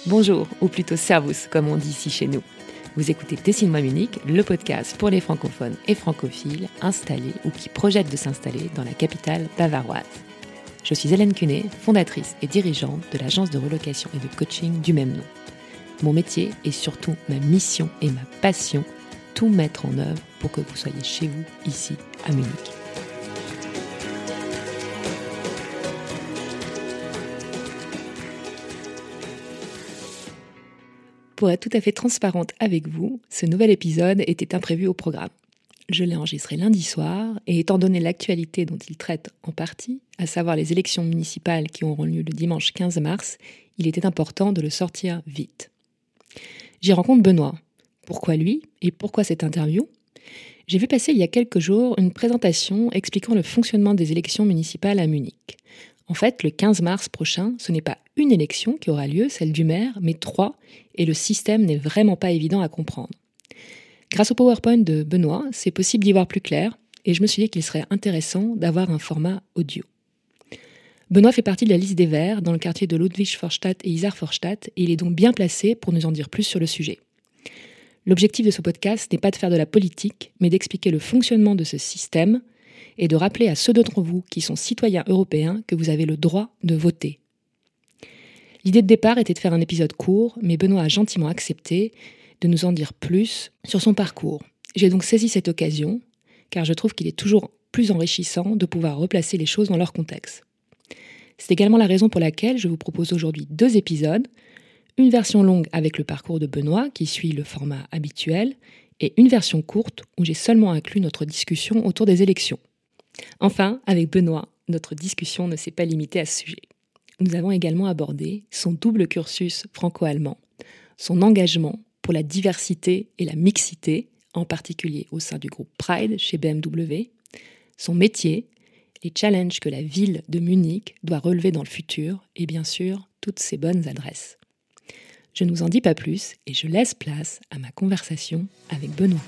Bonjour, ou plutôt servus, comme on dit ici chez nous. Vous écoutez Dessine-moi Munich, le podcast pour les francophones et francophiles installés ou qui projettent de s'installer dans la capitale bavaroise. Je suis Hélène Cunet, fondatrice et dirigeante de l'agence de relocation et de coaching du même nom. Mon métier et surtout ma mission et ma passion, tout mettre en œuvre pour que vous soyez chez vous, ici, à Munich. Pour être tout à fait transparente avec vous, ce nouvel épisode était imprévu au programme. Je l'ai enregistré lundi soir et étant donné l'actualité dont il traite en partie, à savoir les élections municipales qui auront lieu le dimanche 15 mars, il était important de le sortir vite. J'y rencontre Benoît. Pourquoi lui et pourquoi cette interview ? J'ai vu passer il y a quelques jours une présentation expliquant le fonctionnement des élections municipales à Munich. En fait, le 15 mars prochain, ce n'est pas une élection qui aura lieu, celle du maire, mais 3, et le système n'est vraiment pas évident à comprendre. Grâce au PowerPoint de Benoît, c'est possible d'y voir plus clair, et je me suis dit qu'il serait intéressant d'avoir un format audio. Benoît fait partie de la liste des Verts dans le quartier de Ludwigsvorstadt et Isarvorstadt, et il est donc bien placé pour nous en dire plus sur le sujet. L'objectif de ce podcast n'est pas de faire de la politique, mais d'expliquer le fonctionnement de ce système, et de rappeler à ceux d'entre vous qui sont citoyens européens que vous avez le droit de voter. L'idée de départ était de faire un épisode court, mais Benoît a gentiment accepté de nous en dire plus sur son parcours. J'ai donc saisi cette occasion, car je trouve qu'il est toujours plus enrichissant de pouvoir replacer les choses dans leur contexte. C'est également la raison pour laquelle je vous propose aujourd'hui 2 épisodes, une version longue avec le parcours de Benoît, qui suit le format habituel, et une version courte où j'ai seulement inclus notre discussion autour des élections. Enfin, avec Benoît, notre discussion ne s'est pas limitée à ce sujet. Nous avons également abordé son double cursus franco-allemand, son engagement pour la diversité et la mixité, en particulier au sein du groupe Pride chez BMW, son métier, les challenges que la ville de Munich doit relever dans le futur et bien sûr, toutes ses bonnes adresses. Je ne vous en dis pas plus et je laisse place à ma conversation avec Benoît.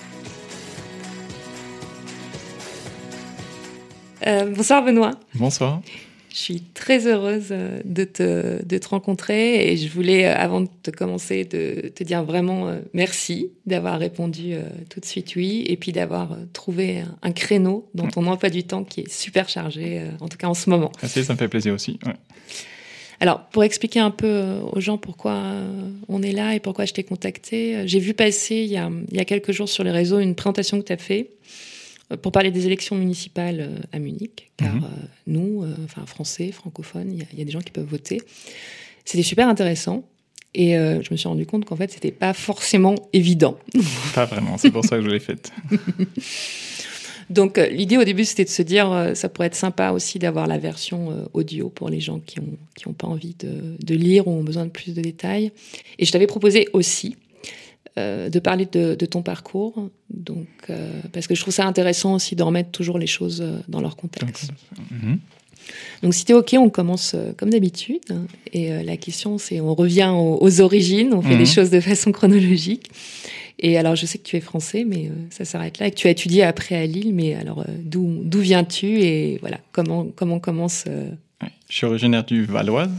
Bonsoir Benoît. Bonsoir. Je suis très heureuse de te rencontrer et je voulais, avant de commencer, te dire vraiment merci d'avoir répondu tout de suite oui et puis d'avoir trouvé un créneau dans ton emploi du temps qui est super chargé, en tout cas en ce moment. Merci, ça me fait plaisir aussi. Ouais. Alors, pour expliquer un peu aux gens pourquoi on est là et pourquoi je t'ai contacté, j'ai vu passer il y a quelques jours sur les réseaux une présentation que tu as faite pour parler des élections municipales à Munich, car nous, Français, francophones, il y a des gens qui peuvent voter. C'était super intéressant et je me suis rendu compte qu'en fait, c'était pas forcément évident. Pas vraiment, c'est pour ça que je l'ai faite. Donc, l'idée au début, c'était de se dire, ça pourrait être sympa aussi d'avoir la version audio pour les gens qui ont pas envie de lire ou ont besoin de plus de détails. Et je t'avais proposé aussi de parler de ton parcours, donc, parce que je trouve ça intéressant aussi de remettre toujours les choses dans leur contexte. Donc si t'es OK, on commence comme d'habitude. Et la question, c'est, on revient aux origines, on fait les choses de façon chronologique. Et alors, je sais que tu es français, mais ça s'arrête là. Et que tu as étudié après à Lille, mais alors, d'où viens-tu et voilà, comment commence Ouais, je suis originaire du Valoise,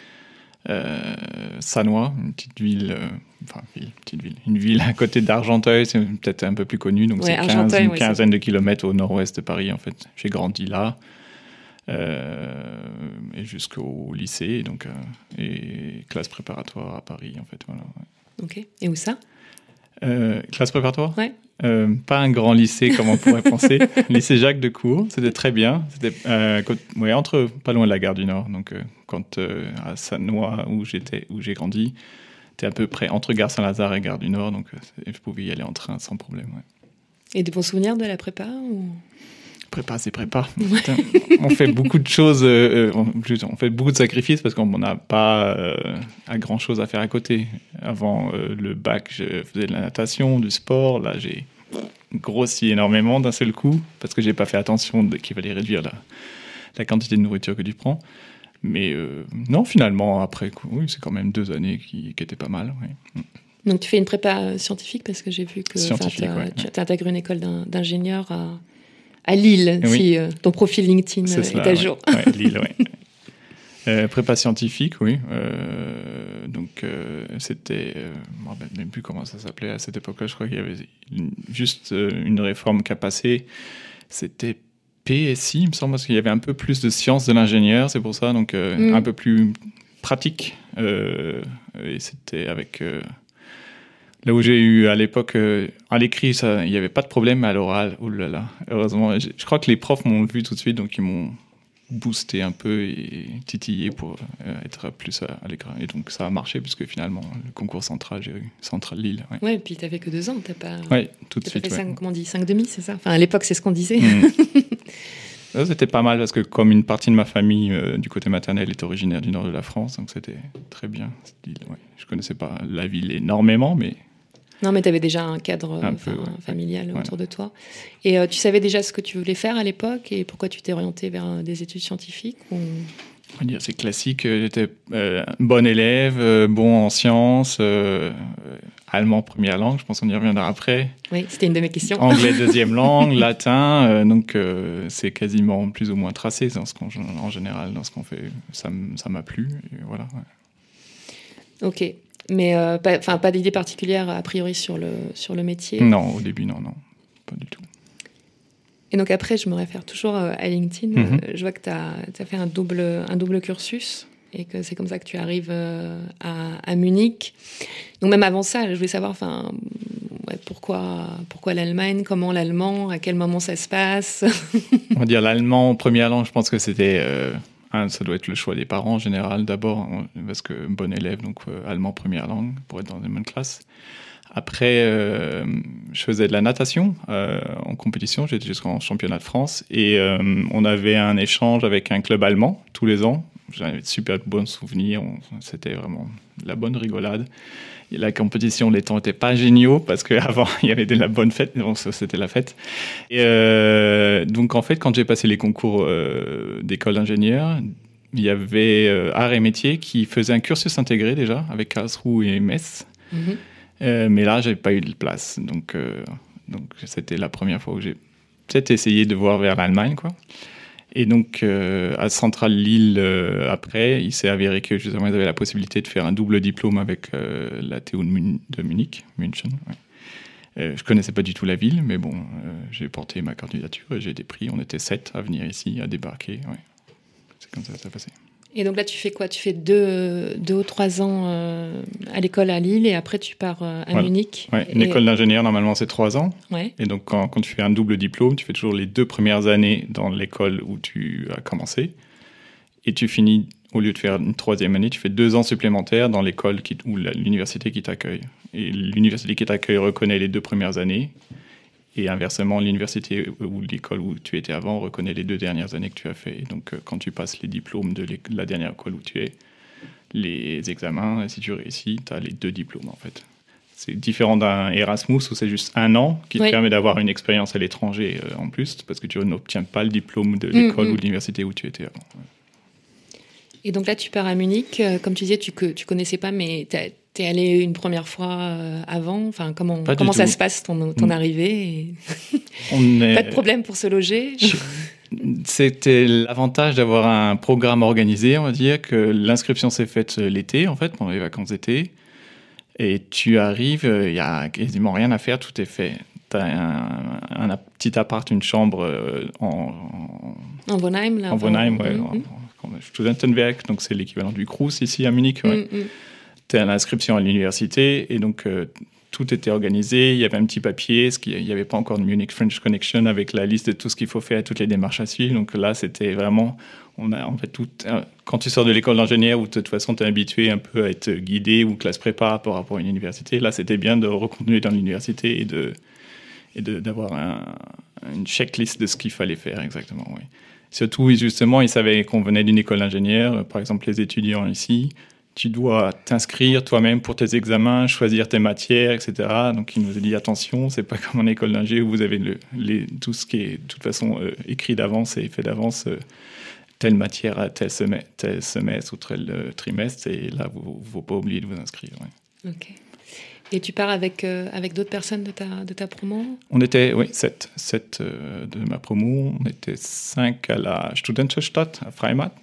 Sannois, une petite ville, une ville à côté d'Argenteuil, c'est peut-être un peu plus connu, donc c'est une quinzaine de kilomètres au nord-ouest de Paris, en fait. J'ai grandi là, et jusqu'au lycée, donc, et classe préparatoire à Paris, en fait, voilà. Ouais. Ok, et où ça ? Classe préparatoire ? Ouais. Pas un grand lycée comme on pourrait penser. Lycée Jacques de Cour, c'était très bien. C'était pas loin de la gare du Nord. Donc quand à Sannois où j'ai grandi, c'était à peu près entre gare Saint-Lazare et gare du Nord. Donc je pouvais y aller en train sans problème. Ouais. Et des bons souvenirs de la prépa ou... Prépa, c'est prépa. On fait beaucoup de choses, on fait beaucoup de sacrifices parce qu'on n'a pas à grand chose à faire à côté. Avant le bac, je faisais de la natation, du sport. Là, j'ai grossi énormément d'un seul coup parce que j'ai pas fait attention qu'il fallait réduire la quantité de nourriture que tu prends. Mais non, finalement, après, oui, c'est quand même 2 années qui étaient pas mal. Oui. Donc, tu fais une prépa scientifique parce que j'ai vu que tu intègres une école d'ingénieur à Lille, oui. Si ton profil LinkedIn est à jour. Ouais, Lille, oui. Prépa scientifique, oui. Donc, c'était... je ne me rappelle même plus comment ça s'appelait à cette époque-là. Je crois qu'il y avait juste une réforme qui a passé. C'était PSI, il me semble, parce qu'il y avait un peu plus de sciences de l'ingénieur, c'est pour ça. Donc, un peu plus pratique. Et c'était avec... là où j'ai eu à l'époque, à l'écrit, il n'y avait pas de problème, mais à l'oral, oh là là, heureusement. Je crois que les profs m'ont vu tout de suite, donc ils m'ont boosté un peu et titillé pour être plus à l'écran. Et donc ça a marché, puisque finalement, le concours central, j'ai eu Central Lille. Ouais, et puis tu n'avais que 2 ans, tu n'as pas... Oui, tout de suite. Fait 5, comment on dit, 5,5, c'est ça? Enfin, à l'époque, c'est ce qu'on disait. Ça, c'était pas mal, parce que comme une partie de ma famille, du côté maternel, est originaire du nord de la France, donc c'était très bien. Ouais. Je ne connaissais pas la ville énormément, mais... Non, mais tu avais déjà un cadre familial autour de toi. Et tu savais déjà ce que tu voulais faire à l'époque et pourquoi tu t'es orienté vers des études scientifiques ou... On va dire, c'est classique. J'étais bon élève, bon en sciences, allemand première langue, je pense qu'on y reviendra après. Oui, c'était une de mes questions. Anglais deuxième langue, latin, donc c'est quasiment plus ou moins tracé en général dans ce qu'on fait. Ça m'a plu, et voilà. Ouais. Ok. Mais pas d'idée particulière a priori sur le métier? Non, au début, non, pas du tout. Et donc après, je me réfère toujours à LinkedIn. Je vois que tu as fait un double cursus et que c'est comme ça que tu arrives à Munich. Donc même avant ça, je voulais savoir pourquoi l'Allemagne, comment l'allemand, à quel moment ça se passe. On va dire l'allemand, première langue, je pense que c'était... ça doit être le choix des parents en général d'abord, parce que bon élève, donc allemand première langue, pour être dans une bonne classe. Après, je faisais de la natation en compétition, j'étais jusqu'en championnat de France, et on avait un échange avec un club allemand tous les ans. J'avais de super bons souvenirs, c'était vraiment de la bonne rigolade. Et la compétition, les temps n'étaient pas géniaux, parce qu'avant, il y avait de la bonne fête, donc c'était la fête. Et donc en fait, quand j'ai passé les concours d'école d'ingénieur, il y avait Arts et Métiers qui faisait un cursus intégré déjà, avec Karlsruhe et Metz. Mais là, je n'avais pas eu de place. Donc c'était la première fois où j'ai peut-être essayé de voir vers l'Allemagne, quoi. Et donc, à Central Lille, après, il s'est avéré que justement, ils avaient la possibilité de faire un double diplôme avec la TU de Munich, München. Ouais. Je ne connaissais pas du tout la ville, mais bon, j'ai porté ma candidature et j'ai été pris. On était 7 à venir ici, à débarquer. Ouais. C'est comme ça que ça s'est passé. Et donc là, tu fais quoi? Tu fais 2 ou 3 ans à l'école à Lille et après tu pars à Munich. Ouais. Une école d'ingénieur, normalement, c'est 3 ans. Ouais. Et donc, quand tu fais un double diplôme, tu fais toujours les 2 premières années dans l'école où tu as commencé. Et tu finis, au lieu de faire une 3e année, tu fais 2 ans supplémentaires dans l'école ou l'université qui t'accueille. Et l'université qui t'accueille reconnaît les 2 premières années. Et inversement, l'université ou l'école où tu étais avant reconnaît les 2 dernières années que tu as fait. Et donc, quand tu passes les diplômes de la dernière école où tu es, les examens, si tu réussis, tu as les 2 diplômes, en fait. C'est différent d'un Erasmus où c'est juste 1 an qui te permet d'avoir une expérience à l'étranger en plus, parce que tu n'obtiens pas le diplôme de l'école ou de l'université où tu étais avant. Et donc là, tu pars à Munich. Comme tu disais, tu connaissais pas, mais t'es allé une première fois avant. Enfin, comment ça se passe ton arrivée Pas de problème pour se loger. C'était l'avantage d'avoir un programme organisé, on va dire, que l'inscription s'est faite l'été, en fait, pendant les vacances d'été. Et tu arrives, il n'y a quasiment rien à faire, tout est fait. Tu as un petit appart, une chambre en Vonheim, là. En Vonheim, ouais. Studentenwerk, donc c'est l'équivalent du Crous ici à Munich. Ouais. Tu as l'inscription à l'université et donc tout était organisé. Il y avait un petit papier, il n'y avait pas encore de Munich French Connection avec la liste de tout ce qu'il faut faire, toutes les démarches à suivre. Donc là, c'était vraiment... On a en fait tout, quand tu sors de l'école d'ingénieur où de toute façon tu es habitué un peu à être guidé ou classe prépa par rapport à une université, là c'était bien de reconduire dans l'université et d'avoir une checklist de ce qu'il fallait faire exactement. Oui. Surtout, justement, ils savaient qu'on venait d'une école d'ingénieur. Par exemple, les étudiants ici, tu dois t'inscrire toi-même pour tes examens, choisir tes matières, etc. Donc, ils nous ont dit, attention, c'est pas comme en école d'ingé où vous avez tout ce qui est de toute façon écrit d'avance et fait d'avance, telle matière à tel semestre ou tel trimestre. Et là, vous ne faut pas oublier de vous inscrire. Ouais. OK. Et tu pars avec d'autres personnes de ta promo? On était, 7 de ma promo. On était 5 à la Studentenstadt, à Freimatt.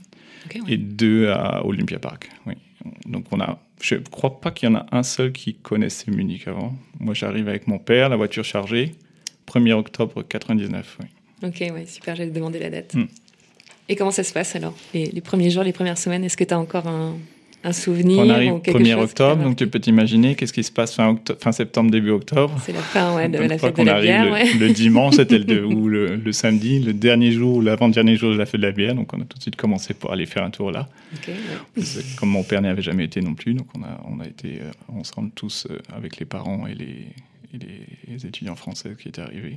Okay, ouais. et 2 à Olympia Park. Oui. Donc je ne crois pas qu'il y en a un seul qui connaissait Munich avant. Moi, j'arrive avec mon père, la voiture chargée, 1er octobre 99. Oui. Ok, ouais, super, j'allais te demander la date. Mm. Et comment ça se passe alors les premiers jours, les premières semaines, est-ce que tu as encore un souvenir On arrive ou quelque 1er chose octobre, donc tu peux t'imaginer qu'est-ce qui se passe fin septembre, début octobre. C'est la fin de Une la fois fête de qu'on la arrive bière. Ouais. le dimanche, c'était le samedi, le dernier jour ou l'avant-dernier jour de la fête de la bière. Donc on a tout de suite commencé pour aller faire un tour là. Okay, ouais. Comme mon père n'y avait jamais été non plus, donc on a été ensemble tous avec les parents et les étudiants français qui étaient arrivés.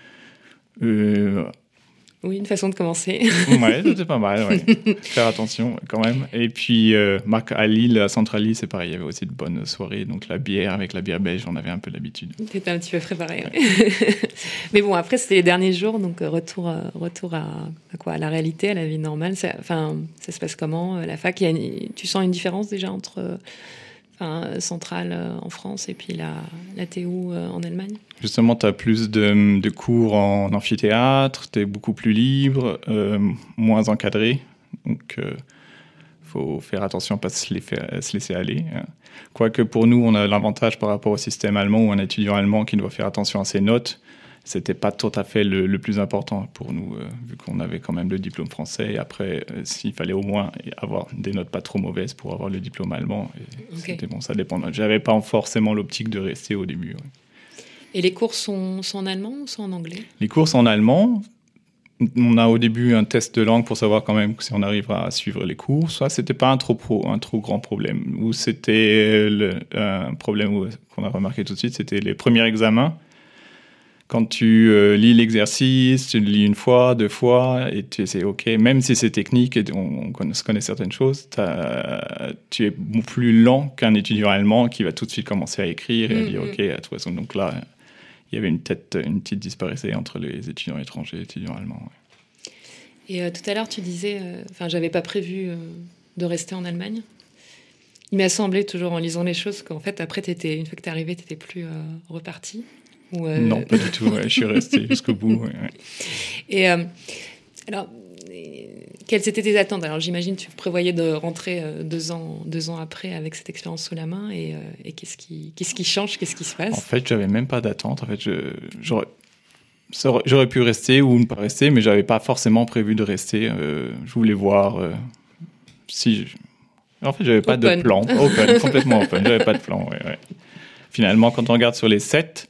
Oui, une façon de commencer. Ouais, c'était pas mal, ouais. Faire attention quand même. Et puis, à Lille, à Centrale-Lille, c'est pareil, il y avait aussi de bonnes soirées. Donc la bière, avec la bière belge, on avait un peu l'habitude. T'étais un petit peu préparé. Ouais. Mais bon, après, c'était les derniers jours, donc retour à quoi, à la réalité, à la vie normale. Ça se passe comment la fac, tu sens une différence déjà entre Centrale en France et puis la TU en Allemagne? Justement, tu as plus de cours en amphithéâtre, tu es beaucoup plus libre, moins encadré. Donc, faut faire attention à ne pas se laisser aller. Quoique pour nous, on a l'avantage par rapport au système allemand où un étudiant allemand qui doit faire attention à ses notes, c'était pas tout à fait le plus important pour nous, vu qu'on avait quand même le diplôme français. Et après, s'il fallait au moins avoir des notes pas trop mauvaises pour avoir le diplôme allemand, Okay. C'était bon, ça dépend. J'avais pas forcément l'optique de rester au début. Ouais. Et les cours sont en allemand ou sont en anglais? Les cours sont en allemand. On a au début un test de langue pour savoir quand même si on arrivera à suivre les cours. Ça, c'était pas un trop grand problème. Ou c'était un problème qu'on a remarqué tout de suite, c'était les premiers examens. Quand tu lis l'exercice, tu le lis une fois, 2 fois, et c'est OK. Même si c'est technique et on connaît certaines choses, tu es plus lent qu'un étudiant allemand qui va tout de suite commencer à écrire et à dire OK, à toute façon. Donc là, il y avait une petite disparité entre les étudiants étrangers et les étudiants allemands. Ouais. Et tout à l'heure, tu disais, j'avais pas prévu de rester en Allemagne. Il m'a semblé, toujours en lisant les choses, qu'en fait, après, une fois que t'es arrivé, t'étais plus reparti. Non, pas du tout. Ouais, je suis resté jusqu'au bout. Ouais. Et alors, quelles étaient tes attentes? Alors, j'imagine que tu prévoyais de rentrer 2 ans après avec cette expérience sous la main. Et qu'est-ce qui change? Qu'est-ce qui se passe? En fait, j'avais même pas d'attente. En fait, j'aurais pu rester ou ne pas rester, mais j'avais pas forcément prévu de rester. Je voulais voir En fait, j'avais pas de plan. Open, complètement open. J'avais pas de plan. Ouais. Finalement, quand on regarde sur les 7,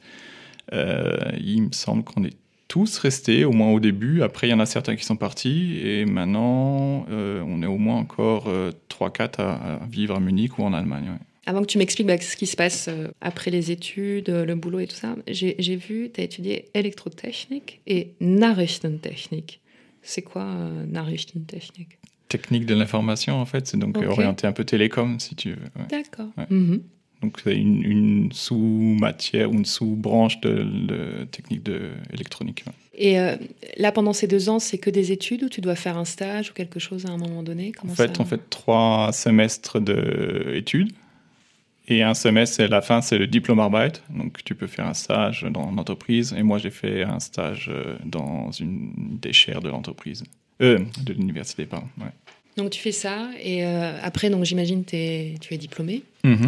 il me semble qu'on est tous restés, au moins au début. Après, il y en a certains qui sont partis. Et maintenant, on est au moins encore 3-4 à vivre à Munich ou en Allemagne. Ouais. Avant que tu m'expliques ce qui se passe après les études, le boulot et tout ça, j'ai vu, tu as étudié électrotechnique et Nachrichtentechnik. C'est quoi Nachrichtentechnik? Technique de l'information, en fait. C'est donc orienté un peu télécom, si tu veux. Ouais. D'accord. Ouais. Mm-hmm. Donc, c'est une sous-matière ou une sous-branche de technique de électronique. Ouais. Et là, pendant ces 2 ans, c'est que des études ou tu dois faire un stage ou quelque chose à un moment donné? On fait 3 semestres d'études. Et un semestre, à la fin, c'est le Diplom-Arbeit. Donc, tu peux faire un stage dans l'entreprise. Et moi, j'ai fait un stage dans une des chaires de l'entreprise. De l'université, pardon. Ouais. Donc, tu fais ça. Et après, donc, j'imagine tu es diplômé. Mm-hmm.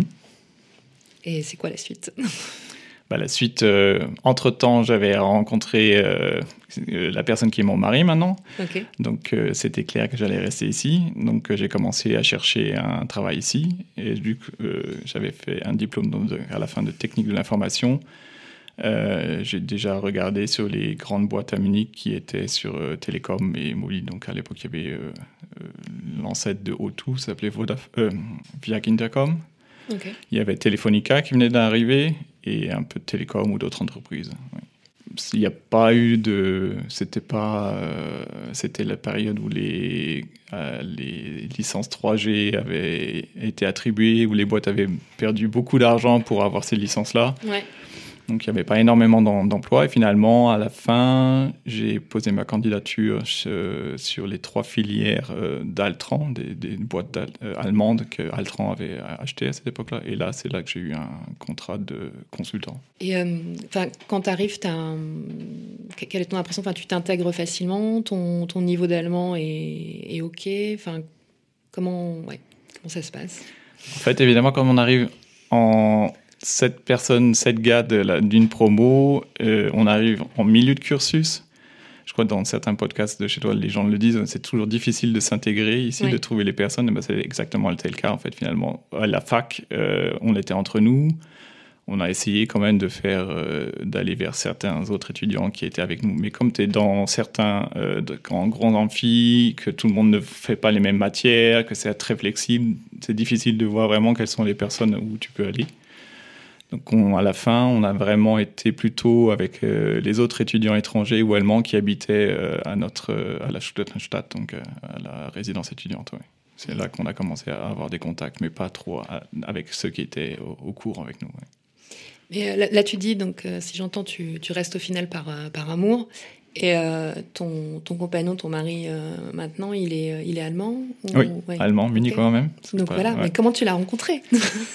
Et c'est quoi la suite? La suite, entre-temps, j'avais rencontré la personne qui est mon mari maintenant. Okay. Donc, c'était clair que j'allais rester ici. Donc, j'ai commencé à chercher un travail ici. Et vu que j'avais fait un diplôme à la fin de technique de l'information, j'ai déjà regardé sur les grandes boîtes à Munich qui étaient sur télécom et mobile. Donc, à l'époque, il y avait l'ancêtre de O2, ça s'appelait Viag Intercom. Okay. Il y avait Telefonica qui venait d'arriver et un peu de Télécom ou d'autres entreprises. Ouais. Il n'y a pas eu de... C'était la période où les licences 3G avaient été attribuées, où les boîtes avaient perdu beaucoup d'argent pour avoir ces licences-là. Ouais. Donc, il n'y avait pas énormément d'emplois. Et finalement, à la fin, j'ai posé ma candidature sur les 3 filières d'Altran, des boîtes allemandes que Altran avait achetées à cette époque-là. Et là, c'est là que j'ai eu un contrat de consultant. Et quand tu arrives, quelle est ton impression? Tu t'intègres facilement, ton niveau d'allemand est OK. Comment ça se passe? En fait, évidemment, comme on arrive en 7 personnes, 7 gars d'une promo, on arrive en milieu de cursus. Je crois que dans certains podcasts de chez toi, les gens le disent, c'est toujours difficile de s'intégrer ici, de trouver les personnes. Et ben, c'est exactement le cas, en fait, finalement. À la fac, on était entre nous. On a essayé quand même d'aller vers certains autres étudiants qui étaient avec nous. Mais comme tu es dans certains grands amphis, que tout le monde ne fait pas les mêmes matières, que c'est très flexible, c'est difficile de voir vraiment quelles sont les personnes où tu peux aller. Donc à la fin, on a vraiment été plutôt avec les autres étudiants étrangers ou allemands qui habitaient à la Studentenstadt, donc à la résidence étudiante. Ouais. C'est là qu'on a commencé à avoir des contacts, mais pas trop avec ceux qui étaient au cours avec nous. Ouais. Mais là, tu dis, donc, si j'entends, tu restes au final par amour. Et ton compagnon, ton mari, maintenant, il est allemand ou... Oui, ouais. Allemand, munichois même. Donc voilà, mais comment tu l'as rencontré?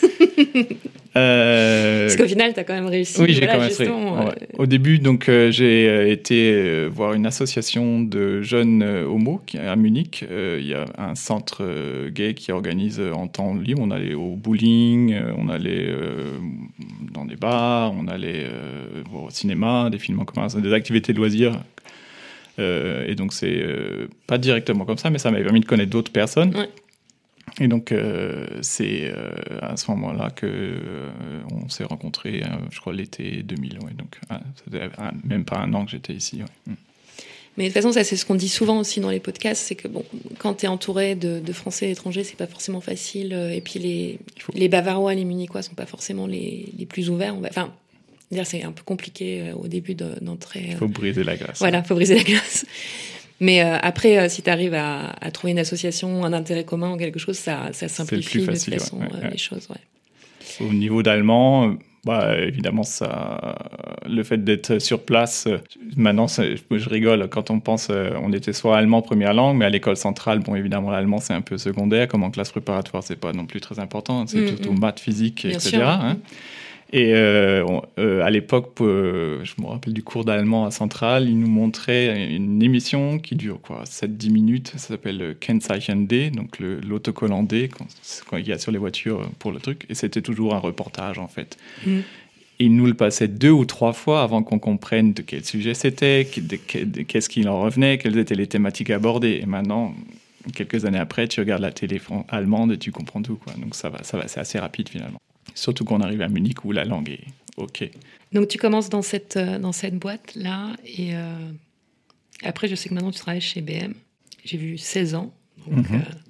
Parce qu'au final, tu as quand même réussi. Oui, j'ai quand même réussi. Au début, donc, j'ai été voir une association de jeunes homos à Munich. Il y a un centre gay qui organise en temps libre. On allait au bowling, on allait dans des bars, on allait au cinéma, des films en commun, des activités de loisirs. Et donc, c'est pas directement comme ça, mais ça m'a permis de connaître d'autres personnes. Ouais. Et donc, c'est à ce moment-là qu'on s'est rencontrés, je crois, l'été 2000. Ouais. Donc, c'était même pas un an que j'étais ici. Ouais. Mais de toute façon, ça, c'est ce qu'on dit souvent aussi dans les podcasts, c'est que bon, quand tu es entouré de Français étrangers, c'est pas forcément facile. Et puis, les Bavarois, les Munichois sont pas forcément les plus ouverts. Enfin, c'est un peu compliqué au début d'entrer. Il faut briser la glace. Voilà, il faut briser la glace. Mais après, si tu arrives à trouver une association, un intérêt commun ou quelque chose, ça simplifie de toute façon les choses. Ouais. Au niveau d'allemand, évidemment, le fait d'être sur place, maintenant, je rigole, quand on pense, on était soit allemand première langue, mais à l'école centrale, bon, évidemment, l'allemand, c'est un peu secondaire, comme en classe préparatoire, c'est pas non plus très important, c'est surtout maths, physique, bien etc. Sûr. Hein. Et à l'époque, je me rappelle du cours d'allemand à Centrale, ils nous montraient une émission qui dure 7-10 minutes, ça s'appelle Kennzeichen D, donc l'autocollant D, quand il y a sur les voitures pour le truc, et c'était toujours un reportage en fait. Ils nous le passaient 2 ou 3 fois avant qu'on comprenne de quel sujet c'était, qu'est-ce qu'il en revenait, quelles étaient les thématiques abordées. Et maintenant, quelques années après, tu regardes la télé allemande et tu comprends tout, quoi. Donc ça va, c'est assez rapide finalement. Surtout qu'on arrive à Munich où la langue est OK. Donc tu commences dans cette boîte-là et après je sais que maintenant tu travailles chez BM. J'ai vu 16 ans, donc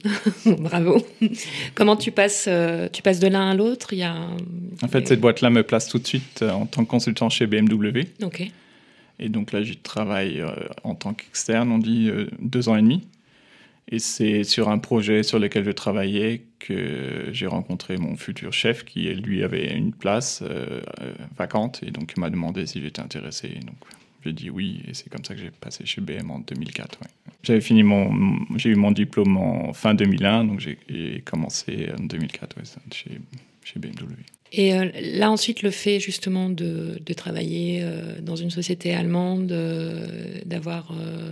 bravo. Comment tu passes de l'un à l'autre? En fait, cette boîte-là me place tout de suite en tant que consultant chez BMW. OK. Et donc là, j'y travaille en tant qu'externe, on dit 2 ans et demi. Et c'est sur un projet sur lequel je travaillais que j'ai rencontré mon futur chef qui, lui, avait une place vacante et donc m'a demandé si j'étais intéressé. Donc j'ai dit oui et c'est comme ça que j'ai passé chez BM en 2004. Ouais. J'ai eu mon diplôme en fin 2001, donc j'ai commencé en 2004 chez BMW. Et là, ensuite, le fait justement de travailler dans une société allemande, d'avoir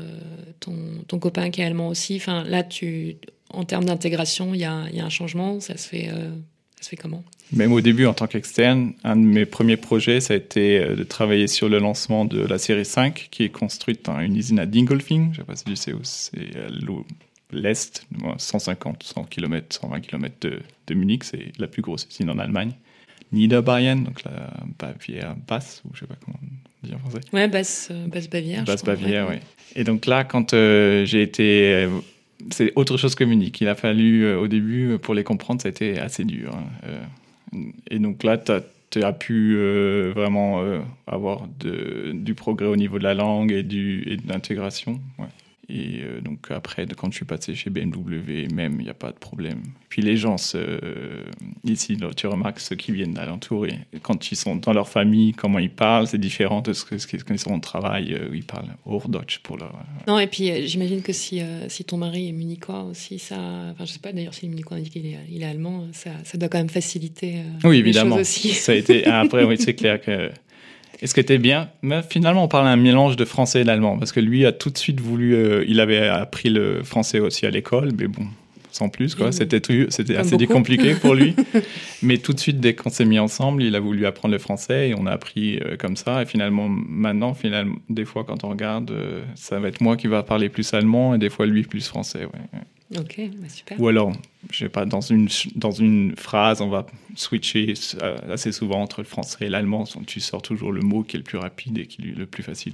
ton copain qui est allemand aussi, là, en termes d'intégration, il y a un changement, ça se fait comment? Même au début, en tant qu'externe, un de mes premiers projets, ça a été de travailler sur le lancement de la série 5, qui est construite dans une usine à Dingolfing. Je ne sais pas si tu sais où c'est, à l'est, 150, 100 km, 120 km de Munich. C'est la plus grosse usine en Allemagne. Niederbayern, donc la Bavière basse, ou je ne sais pas comment on dit en français. Ouais, basse Bavière. Basse Bavière, oui. Et donc là, quand j'ai été... c'est autre chose que Munich. Il a fallu, au début, pour les comprendre, ça a été assez dur. Et donc là, tu as pu vraiment avoir du progrès au niveau de la langue et de l'intégration. Ouais. Et donc après, quand je suis passé chez BMW, même, il n'y a pas de problème. Puis les gens, ici, tu remarques ceux qui viennent d'alentour, et quand ils sont dans leur famille, comment ils parlent, c'est différent de ce qu'ils sont au travail, où ils parlent Hochdeutsch pour leur... Non, et puis j'imagine que si ton mari est munichois aussi, ça... Enfin, je ne sais pas d'ailleurs si le munichois dit qu'il est allemand, ça doit quand même faciliter oui, évidemment. les choses aussi. Ça a été... Après, oui, c'est clair que... Et ce qui était bien, mais finalement, on parle un mélange de français et d'allemand, parce que lui a tout de suite voulu... il avait appris le français aussi à l'école, mais bon, sans plus, quoi. Mmh. C'était assez beaucoup. compliqué pour lui. Mais tout de suite, dès qu'on s'est mis ensemble, il a voulu apprendre le français et on a appris comme ça. Et finalement, des fois, quand on regarde, ça va être moi qui va parler plus allemand et des fois lui plus français. Ouais. Ok, bah super. Ou alors, je sais pas, dans une phrase, on va switcher assez souvent entre le français et l'allemand. Tu sors toujours le mot qui est le plus rapide et qui est le plus facile.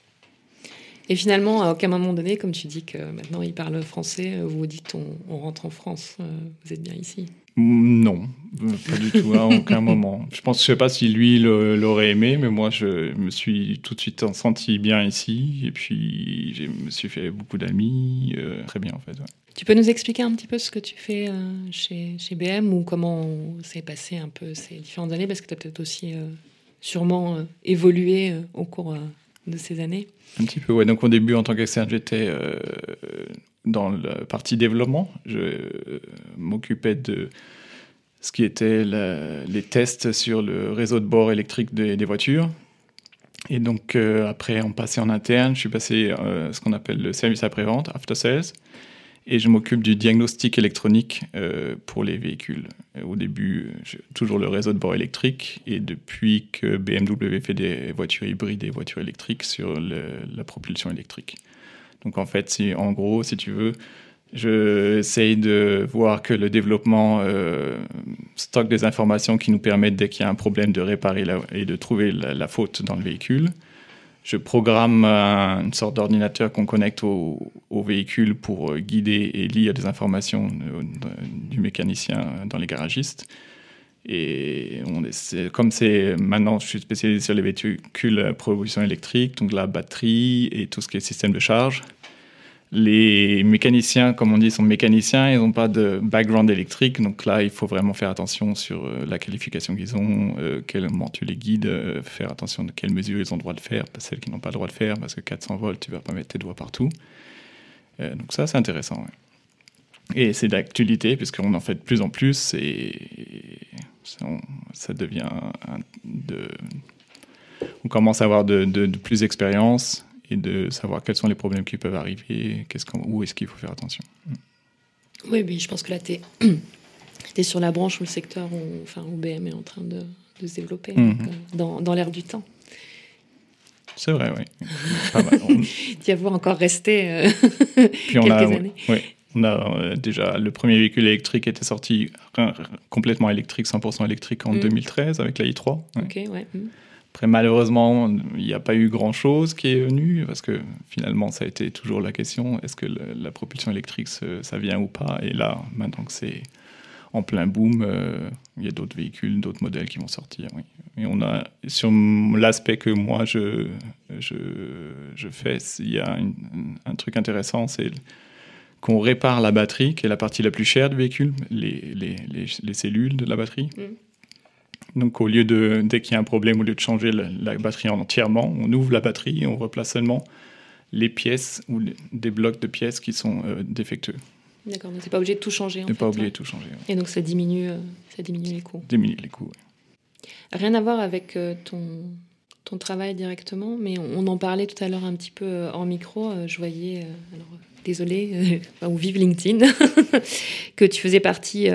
Et finalement, à aucun moment donné, comme tu dis que maintenant il parle français, vous vous dites on rentre en France, vous êtes bien ici. Non, pas du tout, à aucun moment. Je sais pas si lui l'aurait aimé, mais moi je me suis tout de suite senti bien ici. Et puis je me suis fait beaucoup d'amis, très bien en fait. Ouais. Tu peux nous expliquer un petit peu ce que tu fais chez BM ou comment s'est passé un peu ces différentes années, parce que tu as peut-être aussi sûrement évolué au cours de ces années. Un petit peu, ouais. Donc au début, en tant qu'externe, j'étais dans la partie développement. Je m'occupais de ce qui était les tests sur le réseau de bord électrique des voitures. Et donc après, on passait en interne. Je suis passé ce qu'on appelle le service après-vente, after sales. Et je m'occupe du diagnostic électronique pour les véhicules. Au début, toujours le réseau de bord électrique. Et depuis que BMW fait des voitures hybrides et voitures électriques sur la propulsion électrique. Donc en fait, en gros, si tu veux, j'essaye de voir que le développement stocke des informations qui nous permettent, dès qu'il y a un problème, de réparer et de trouver la faute dans le véhicule. Je programme une sorte d'ordinateur qu'on connecte au véhicule pour guider et lire des informations du mécanicien dans les garagistes. Et maintenant, je suis spécialisé sur les véhicules à propulsion électrique, donc la batterie et tout ce qui est système de charge. Les mécaniciens, comme on dit, sont mécaniciens, ils n'ont pas de background électrique, donc là, il faut vraiment faire attention sur la qualification qu'ils ont, comment tu les guides, faire attention de quelles mesures ils ont le droit de faire, pas celles qui n'ont pas le droit de faire, parce que 400 volts, tu ne vas pas mettre tes doigts partout. Donc ça, c'est intéressant. Ouais. Et c'est d'actualité, puisqu'on en fait de plus en plus, et ça devient on commence à avoir de plus d'expérience, et de savoir quels sont les problèmes qui peuvent arriver, où est-ce qu'il faut faire attention. Oui, mais je pense que là, tu es sur la branche ou le secteur où BM est en train de se développer, donc, dans l'air du temps. C'est vrai, oui. Pas mal. Tu vas voir encore rester quelques années. Oui, on a déjà, le premier véhicule électrique était sorti complètement électrique, 100% électrique en 2013 avec la i3. Ouais. Ok, ouais. Après, malheureusement, il n'y a pas eu grand-chose qui est venu, parce que finalement, ça a été toujours la question, est-ce que la propulsion électrique, ça vient ou pas? Et là, maintenant que c'est en plein boom, il y a d'autres véhicules, d'autres modèles qui vont sortir. Oui. Et on a, sur l'aspect que moi, je fais, il y a un truc intéressant, c'est qu'on répare la batterie, qui est la partie la plus chère du véhicule, les cellules de la batterie. Donc, dès qu'il y a un problème, au lieu de changer la batterie entièrement, on ouvre la batterie et on replace seulement les pièces ou des blocs de pièces qui sont défectueux. D'accord, donc tu n'es pas obligé de tout changer. Tu n'es pas obligé de tout changer. Ouais. Et donc, ça diminue les coûts. Diminue les coûts, oui. Rien à voir avec ton travail directement, mais on en parlait tout à l'heure un petit peu hors micro. Je voyais, désolée, ou vive LinkedIn, que tu faisais partie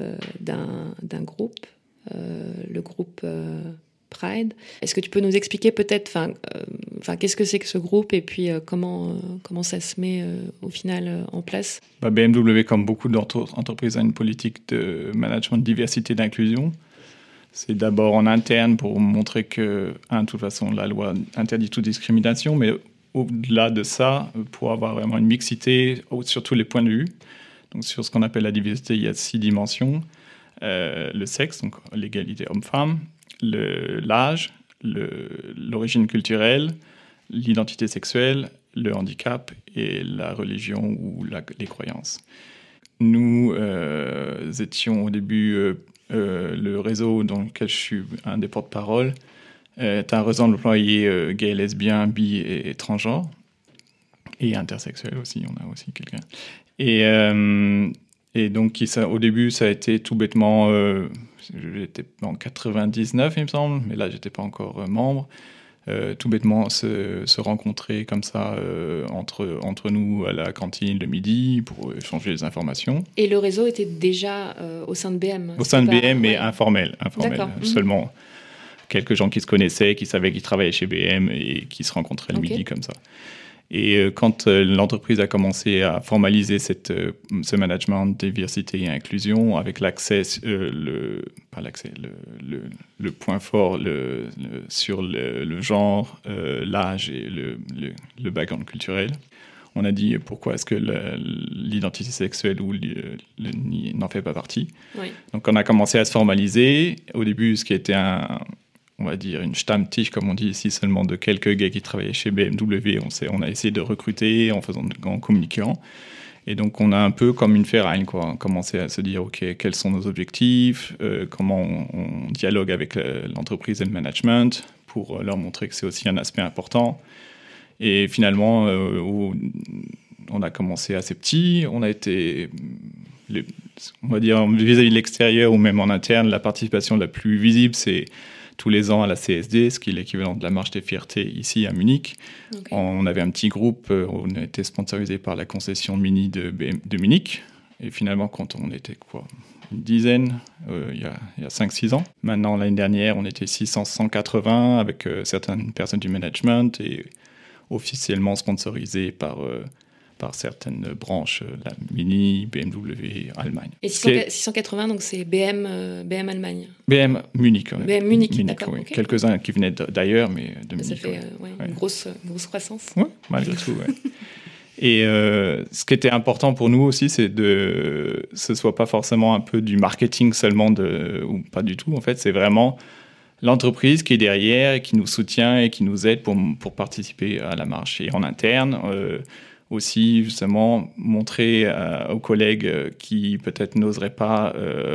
d'un groupe. Le groupe Pride. Est-ce que tu peux nous expliquer peut-être qu'est-ce que c'est que ce groupe et puis comment ça se met au final en place? BMW, comme beaucoup d'entreprises, a une politique de management de diversité et d'inclusion. C'est d'abord en interne pour montrer que, de toute façon, la loi interdit toute discrimination, mais au-delà de ça, pour avoir vraiment une mixité sur tous les points de vue. Donc sur ce qu'on appelle la diversité, il y a 6 dimensions. Le sexe, donc l'égalité homme-femme, l'âge, l'origine culturelle, l'identité sexuelle, le handicap et la religion ou les croyances. Nous étions au début le réseau dans lequel je suis un des porte-parole. C'est un réseau d'employés gays, lesbiens, bi et transgenres et intersexuels aussi, on a aussi quelqu'un. Et donc, au début, ça a été tout bêtement... j'étais en 99, il me semble, mais là, je n'étais pas encore membre. tout bêtement se rencontrer comme ça entre nous à la cantine le midi pour échanger les informations. Et le réseau était déjà au sein de BM? Au sein de BM, mais informel. Seulement quelques gens qui se connaissaient, qui savaient qu'ils travaillaient chez BM et qui se rencontraient le midi comme ça. Et quand l'entreprise a commencé à formaliser ce management diversité et inclusion avec l'accès, le point fort sur le genre, l'âge et le background culturel, on a dit pourquoi est-ce que l'identité sexuelle n'en fait pas partie. Oui. Donc on a commencé à se formaliser. Au début, ce qui était on va dire une Stammtisch, comme on dit ici, seulement de quelques gars qui travaillaient chez BMW. On a essayé de recruter en communiquant. Et donc, on a un peu comme une ferraille, quoi. On a commencé à se dire, OK, quels sont nos objectifs, comment on dialogue avec l'entreprise et le management pour leur montrer que c'est aussi un aspect important. Et finalement, on a commencé assez petit. On a été, on va dire, vis-à-vis de l'extérieur ou même en interne, la participation la plus visible, c'est tous les ans à la CSD, ce qui est l'équivalent de la Marche des Fiertés ici à Munich. Okay. On avait un petit groupe, on était sponsorisé par la concession Mini de Munich. Et finalement, quand on était une dizaine, il y a 5-6 ans. Maintenant, l'année dernière, on était 180 avec certaines personnes du management et officiellement sponsorisé par certaines branches, la Mini, BMW, Allemagne. Et 680, donc c'est BM Allemagne. BM Munich. BM Munich, d'accord. Oui. Okay. Quelques-uns qui venaient d'ailleurs, mais de Munich. Ça fait une grosse croissance. Oui, malgré tout, ouais. Et ce qui était important pour nous aussi, c'est que ce ne soit pas forcément un peu du marketing seulement, ou pas du tout. En fait, c'est vraiment l'entreprise qui est derrière et qui nous soutient et qui nous aide pour participer à la marche. Et en interne, aussi, justement, montrer aux collègues qui peut-être n'oseraient pas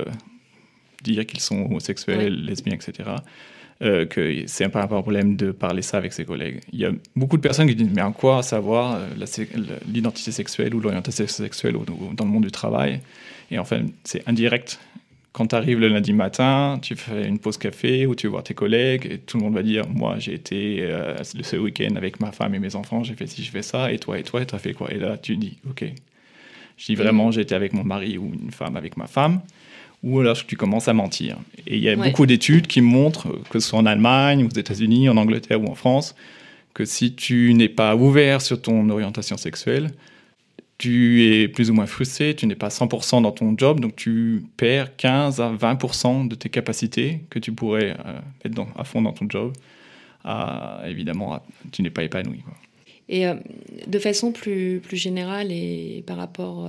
dire qu'ils sont homosexuels, lesbiens, etc., que c'est pas un problème de parler ça avec ses collègues. Il y a beaucoup de personnes qui disent « mais en quoi savoir l'identité sexuelle ou l'orientation sexuelle dans le monde du travail ?» Et en fait, c'est indirect. Quand tu arrives le lundi matin, tu fais une pause café ou tu vas voir tes collègues et tout le monde va dire « moi, j'ai été ce week-end avec ma femme et mes enfants, j'ai fait ci, j'ai fait ça, et toi, tu as fait quoi ?» Et là, tu dis « ok, je dis vraiment j'ai été avec mon mari ou une femme avec ma femme ». Ou alors tu commences à mentir. Et il y a beaucoup d'études qui montrent, que ce soit en Allemagne, aux États-Unis, en Angleterre ou en France, que si tu n'es pas ouvert sur ton orientation sexuelle, tu es plus ou moins frustré, tu n'es pas 100% dans ton job, donc tu perds 15 à 20% de tes capacités que tu pourrais être à fond dans ton job. Évidemment, tu n'es pas épanoui, quoi. Et de façon plus générale et par rapport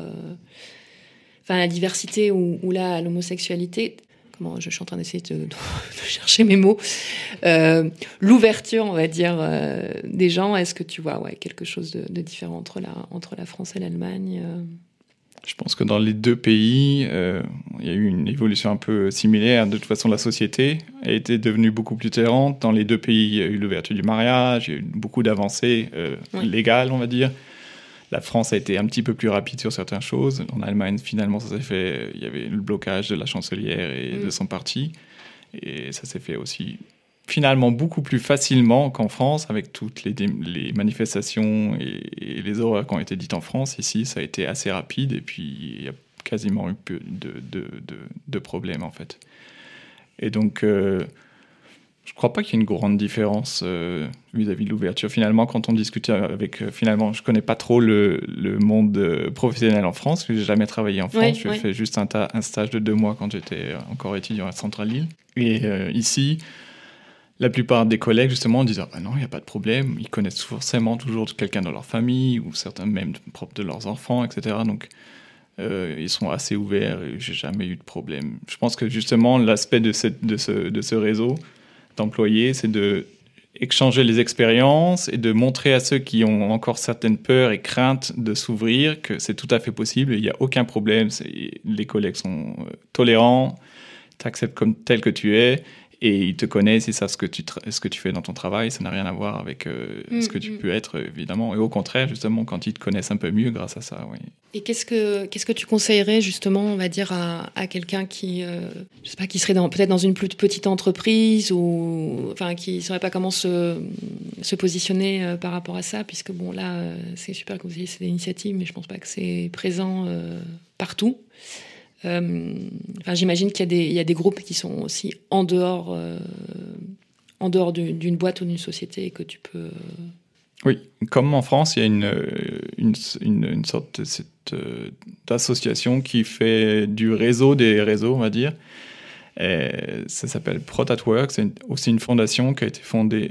à la diversité ou là, à l'homosexualité, je suis en train d'essayer de chercher mes mots, l'ouverture, on va dire, des gens, est-ce que tu vois quelque chose de différent entre la France et l'Allemagne Je pense que dans les deux pays, il y a eu une évolution un peu similaire. De toute façon, la société a été devenue beaucoup plus tolérante. Dans les deux pays, il y a eu l'ouverture du mariage, il y a eu beaucoup d'avancées légales, on va dire. La France a été un petit peu plus rapide sur certaines choses. En Allemagne, finalement, ça s'est fait. Il y avait le blocage de la chancelière et de son parti. Et ça s'est fait aussi, finalement, beaucoup plus facilement qu'en France, avec toutes les manifestations et les horreurs qui ont été dites en France. Ici, ça a été assez rapide. Et puis, il y a quasiment eu peu de problèmes, en fait. Et donc, je ne crois pas qu'il y ait une grande différence vis-à-vis de l'ouverture. Finalement, quand on discute avec... finalement, je ne connais pas trop le monde professionnel en France. Je n'ai jamais travaillé en France. J'ai fait juste un stage de 2 mois quand j'étais encore étudiant à Central Lille. Et ici, la plupart des collègues, justement, disent « Ah non, il n'y a pas de problème. » Ils connaissent forcément toujours quelqu'un dans leur famille ou certains même propres de leurs enfants, etc. Donc, ils sont assez ouverts et je n'ai jamais eu de problème. Je pense que, justement, l'aspect de ce réseau d'employés, c'est d'échanger les expériences et de montrer à ceux qui ont encore certaines peurs et craintes de s'ouvrir que c'est tout à fait possible, il n'y a aucun problème, les collègues sont tolérants, t'acceptent comme tel que tu es, Et ils te connaissent, ils savent ce que tu fais dans ton travail. Ça n'a rien à voir avec ce que tu peux être, évidemment. Et au contraire, justement, quand ils te connaissent un peu mieux grâce à ça, oui. Et qu'est-ce que tu conseillerais, justement, on va dire, à quelqu'un qui, je sais pas, qui serait peut-être dans une plus petite entreprise ou enfin, qui ne saurait pas comment se positionner par rapport à ça, puisque, bon, là, c'est super que vous ayez cette initiative, mais je ne pense pas que c'est présent partout. J'imagine qu'il y a des groupes qui sont aussi en dehors d'une boîte ou d'une société que tu peux... Oui, comme en France, il y a une sorte d'association qui fait du réseau des réseaux, on va dire. Et ça s'appelle Prot at Work. C'est aussi une fondation qui a été fondée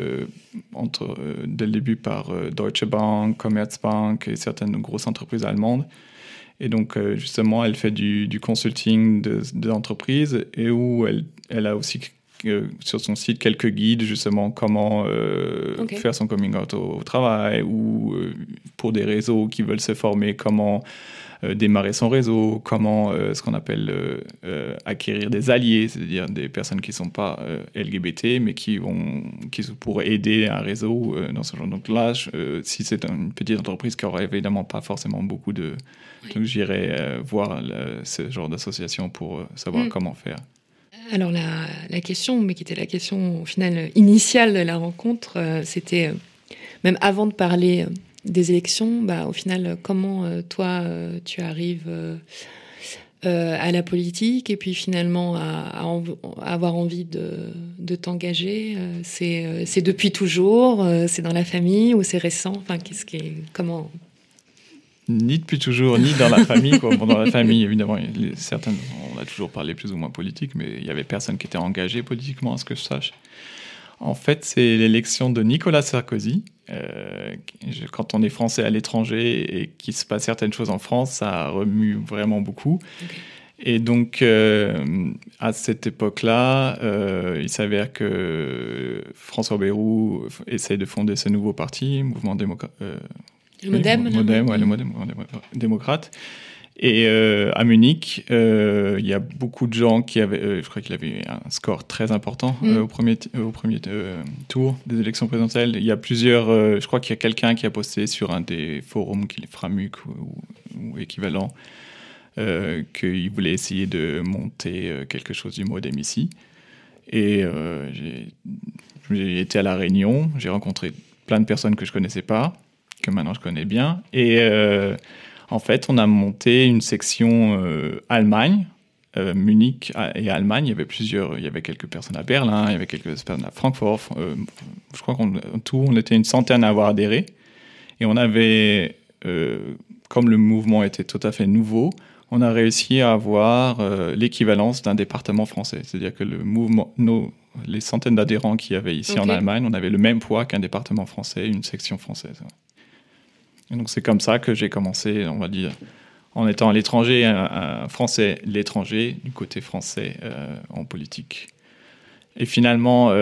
dès le début par Deutsche Bank, Commerzbank et certaines grosses entreprises allemandes. Et donc, justement, elle fait du consulting d'entreprises et où elle a aussi sur son site quelques guides, justement, comment faire son coming out au travail ou pour des réseaux qui veulent se former, comment démarrer son réseau, comment ce qu'on appelle acquérir des alliés, c'est-à-dire des personnes qui ne sont pas LGBT, mais qui pourraient aider un réseau dans ce genre. Donc là, si c'est une petite entreprise qui n'aurait évidemment pas forcément beaucoup de... Oui. Donc j'irai voir ce genre d'association pour savoir comment faire. Alors la question, mais qui était la question au final initiale de la rencontre, c'était même avant de parler des élections, au final, comment toi tu arrives à la politique et puis finalement à avoir envie de t'engager, c'est depuis toujours, c'est dans la famille ou c'est récent, enfin comment? Ni depuis toujours, ni dans la famille. Quoi. Bon, dans la famille, évidemment, certaines, on a toujours parlé plus ou moins politique, mais il n'y avait personne qui était engagé politiquement, à ce que je sache. En fait, c'est l'élection de Nicolas Sarkozy. Quand on est français à l'étranger et qu'il se passe certaines choses en France, ça remue vraiment beaucoup. Okay. Et donc, à cette époque-là, il s'avère que François Bayrou essaie de fonder ce nouveau parti, Mouvement démocrate. Le Modem, le Modem démocrate. Et à Munich, il y a beaucoup de gens qui avaient, je crois qu'il avait eu un score très important au premier tour des élections présidentielles. Il y a plusieurs, je crois qu'il y a quelqu'un qui a posté sur un des forums, Framuc ou équivalent, qu'il voulait essayer de monter quelque chose du Modem ici. Et j'ai été à la réunion, j'ai rencontré plein de personnes que je connaissais pas, que maintenant je connais bien. Et en fait, on a monté une section Allemagne, Munich et Allemagne. Il y avait quelques personnes à Berlin, il y avait quelques personnes à Francfort. Je crois qu'en tout, on était une centaine à avoir adhéré. Et on avait, comme le mouvement était tout à fait nouveau, on a réussi à avoir l'équivalence d'un département français. C'est-à-dire que le mouvement, les centaines d'adhérents qu'il y avait ici en Allemagne, on avait le même poids qu'un département français, une section française. Et donc c'est comme ça que j'ai commencé, on va dire, en étant à l'étranger, un Français l'étranger, du côté français en politique. Et finalement,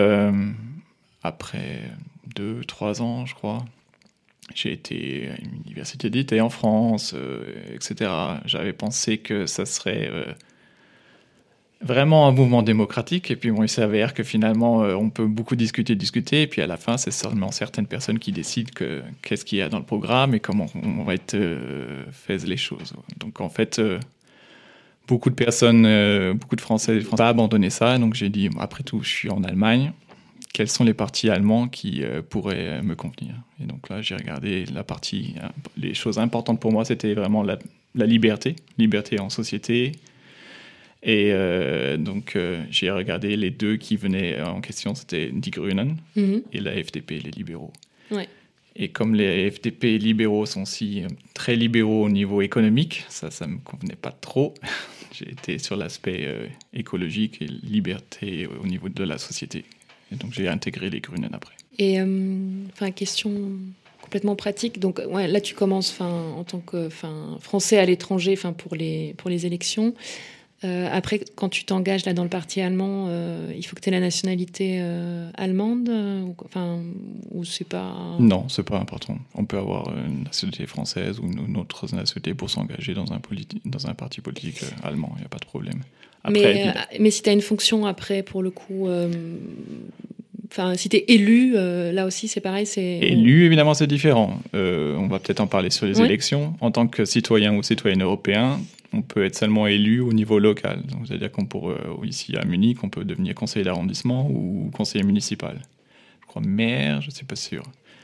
après 2-3 ans, je crois, j'ai été à une université d'été en France, etc. J'avais pensé que ça serait vraiment un mouvement démocratique. Et puis bon, il s'avère que finalement, on peut beaucoup discuter. Et puis à la fin, c'est seulement certaines personnes qui décident qu'est-ce qu'il y a dans le programme et comment on va être fait les choses. Donc en fait, beaucoup de personnes, beaucoup de Français ont abandonné ça. Donc j'ai dit, après tout, je suis en Allemagne. Quels sont les partis allemands qui pourraient me convenir? Et donc là, j'ai regardé les choses importantes pour moi, c'était vraiment la liberté en société. Et donc, j'ai regardé les deux qui venaient en question, c'était Die Grünen et la FDP, les libéraux. Ouais. Et comme les FDP libéraux sont si très libéraux au niveau économique, ça ne me convenait pas trop. J'ai été sur l'aspect écologique et liberté au niveau de la société. Et donc, j'ai intégré les Grünen après. Et question complètement pratique. Donc, là, tu commences en tant que Français à l'étranger pour les élections. Après, quand tu t'engages là dans le parti allemand, il faut que tu aies la nationalité allemande, ou c'est pas... Non, c'est pas important. On peut avoir une nationalité française ou une autre nationalité pour s'engager dans un parti politique allemand, il n'y a pas de problème. Après, mais si tu as une fonction après, pour le coup... si tu es élu, là aussi c'est pareil. Élu, évidemment, c'est différent. On va peut-être en parler sur les élections. En tant que citoyen ou citoyenne européen, on peut être seulement élu au niveau local. Donc, c'est-à-dire ici à Munich, on peut devenir conseiller d'arrondissement ou conseiller municipal. Je crois maire, je ne suis pas sûr.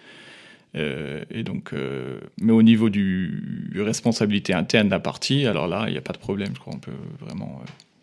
Mais au niveau du responsabilité interne d'un parti, alors là, il n'y a pas de problème. Je crois qu'on peut vraiment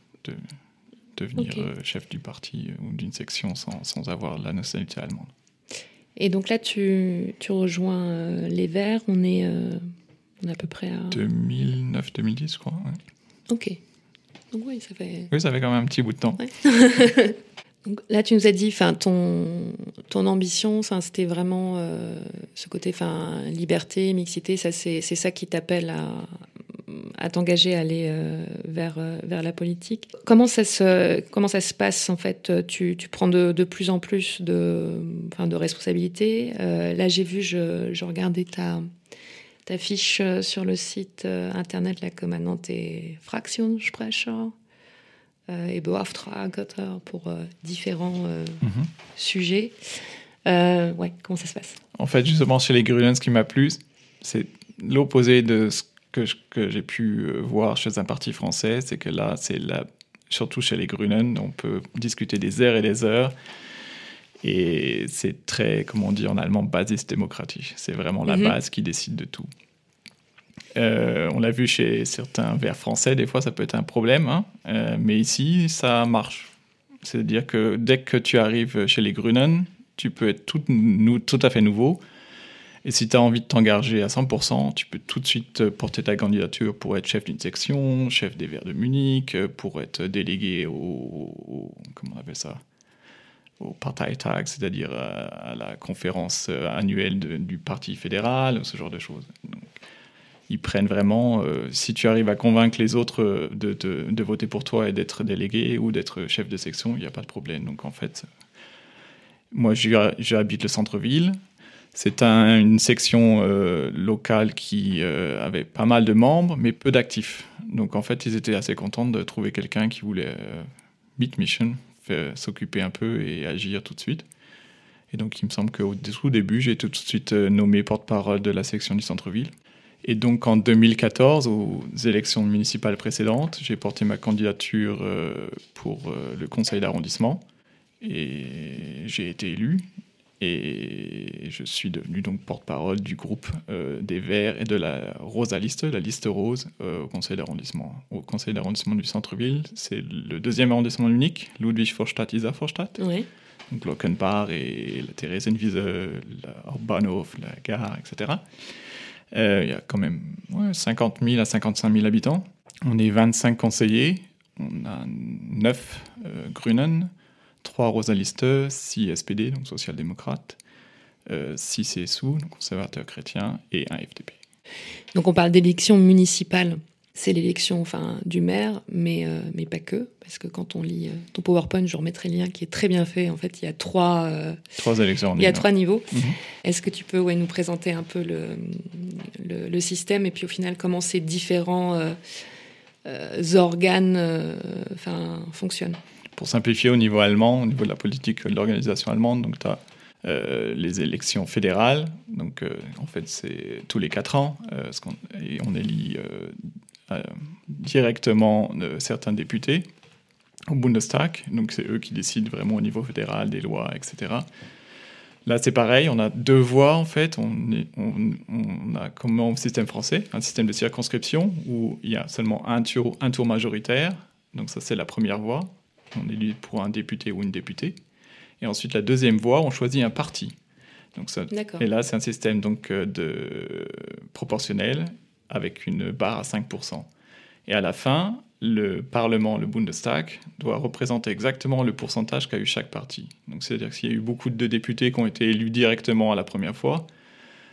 devenir chef du parti ou d'une section sans avoir la nationalité allemande. Et donc là, tu rejoins les Verts. On est à peu près à... 2009-2010, je crois. Ouais. Ok. Donc oui, ça fait... Oui, ça fait quand même un petit bout de temps. Ouais. Donc là, tu nous as dit, ton ambition, c'était vraiment ce côté, liberté, mixité. Ça, c'est ça qui t'appelle à t'engager, à aller vers la politique. Comment ça se passe en fait? Tu prends de plus en plus de responsabilités. Là, j'ai vu, je regardais ta fiche sur le site internet, la Kommandante Fraktionssprecher et Beauftragter pour différents sujets. Comment ça se passe? En fait, justement, chez les Grünen, ce qui m'a plu, c'est l'opposé de ce que j'ai pu voir chez un parti français. C'est que là, surtout chez les Grünen, on peut discuter des heures et des heures. Et c'est très, comme on dit en allemand, basisdemokratisch. C'est vraiment la base qui décide de tout. On l'a vu chez certains Verts français, des fois ça peut être un problème, mais ici ça marche. C'est-à-dire que dès que tu arrives chez les Grünen, tu peux être tout à fait nouveau. Et si tu as envie de t'engager à 100%, tu peux tout de suite porter ta candidature pour être chef d'une section, chef des Verts de Munich, pour être délégué comment on appelle ça, au Parteitag, c'est-à-dire à la conférence annuelle du Parti fédéral, ce genre de choses. Donc, ils prennent vraiment, si tu arrives à convaincre les autres de voter pour toi et d'être délégué ou d'être chef de section, il n'y a pas de problème. Donc en fait, moi j'habite le centre-ville. C'est une section locale qui avait pas mal de membres, mais peu d'actifs. Donc en fait, ils étaient assez contents de trouver quelqu'un qui voulait mitmischen, s'occuper un peu et agir tout de suite. Et donc il me semble qu'au tout début, j'ai tout de suite nommé porte-parole de la section du centre-ville. Et donc en 2014, aux élections municipales précédentes, j'ai porté ma candidature pour le conseil d'arrondissement et j'ai été élu. Et je suis devenu donc porte-parole du groupe des Verts et de la Rosa Liste, la liste rose, au conseil d'arrondissement. Au conseil d'arrondissement du centre-ville, c'est le 2e arrondissement unique, Ludwigsvorstadt, Isarvorstadt. Oui. Donc Lockenbach et la Theresienwiese, la Hauptbahnhof, la gare, etc. Il y a quand même 50 000 à 55 000 habitants. On est 25 conseillers. On a 9 Grünen, 3 Rosa Liste, 6 SPD, donc social-démocrates, 6 CSU, donc conservateurs chrétiens, et 1 FDP. Donc on parle d'élection municipale. C'est l'élection du maire, mais pas que. Parce que quand on lit ton PowerPoint, je remettrai le lien qui est très bien fait. En fait, il y a 3 élections. Il y a 3 niveaux. Mm-hmm. Est-ce que tu peux nous présenter un peu le système et puis au final comment ces différents organes fonctionnent? Pour simplifier, au niveau allemand, au niveau de la politique de l'organisation allemande, donc tu as les élections fédérales. Donc en fait, c'est tous les 4 ans. Et on élit directement certains députés au Bundestag, donc c'est eux qui décident vraiment au niveau fédéral des lois, etc. Là, c'est pareil, on a 2 voix en fait. On a comme au système français, un système de circonscription où il y a seulement un tour majoritaire. Donc ça, c'est la première voix. On élit pour un député ou une députée. Et ensuite, la deuxième voix, on choisit un parti. Donc ça, et là, c'est un système donc proportionnel avec une barre à 5%. Et à la fin, le Parlement, le Bundestag, doit représenter exactement le pourcentage qu'a eu chaque parti. Donc c'est-à-dire que s'il y a eu beaucoup de députés qui ont été élus directement à la première fois,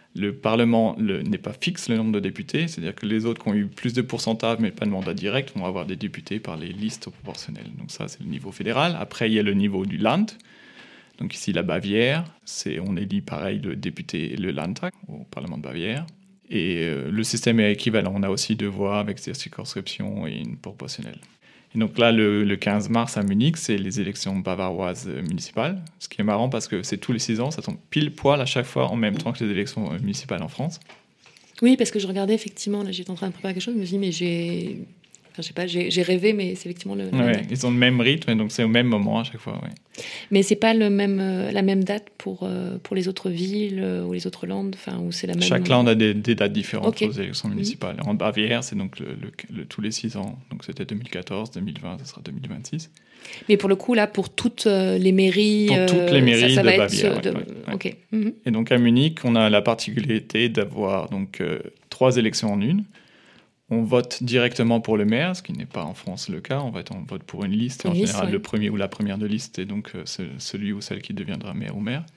Le Parlement n'est pas fixe le nombre de députés, c'est-à-dire que les autres qui ont eu plus de pourcentage mais pas de mandat direct vont avoir des députés par les listes proportionnelles. Donc ça, c'est le niveau fédéral. Après, il y a le niveau du Land. Donc ici, la Bavière, on élit pareil le député, le Landtag, au Parlement de Bavière. Et le système est équivalent. On a aussi 2 voix avec des circonscriptions et une proportionnelle. Et donc là, le 15 mars à Munich, c'est les élections bavaroises municipales. Ce qui est marrant parce que c'est tous les 6 ans, ça tombe pile poil à chaque fois en même temps que les élections municipales en France. Oui, parce que je regardais effectivement, là j'étais en train de préparer quelque chose, je me suis dit, mais je sais pas, j'ai rêvé, mais c'est effectivement le même date. Ils ont le même rythme, donc c'est au même moment à chaque fois. Ouais. Mais c'est pas la même date pour les autres villes ou les autres landes, où c'est la même... Chaque land a des dates différentes Okay. pour les élections municipales. En Bavière, c'est donc tous les 6 ans. Donc c'était 2014, 2020, ça sera 2026. Mais pour le coup, là, pour toutes les mairies... Pour toutes les mairies ça de va Bavière. être Ouais. Ok. Mm-hmm. Et donc à Munich, on a la particularité d'avoir 3 élections en une. On vote directement pour le maire, ce qui n'est pas en France le cas. En fait, on vote pour une liste. Et en général, le premier ou la première de liste est donc celui ou celle qui deviendra maire ou maire.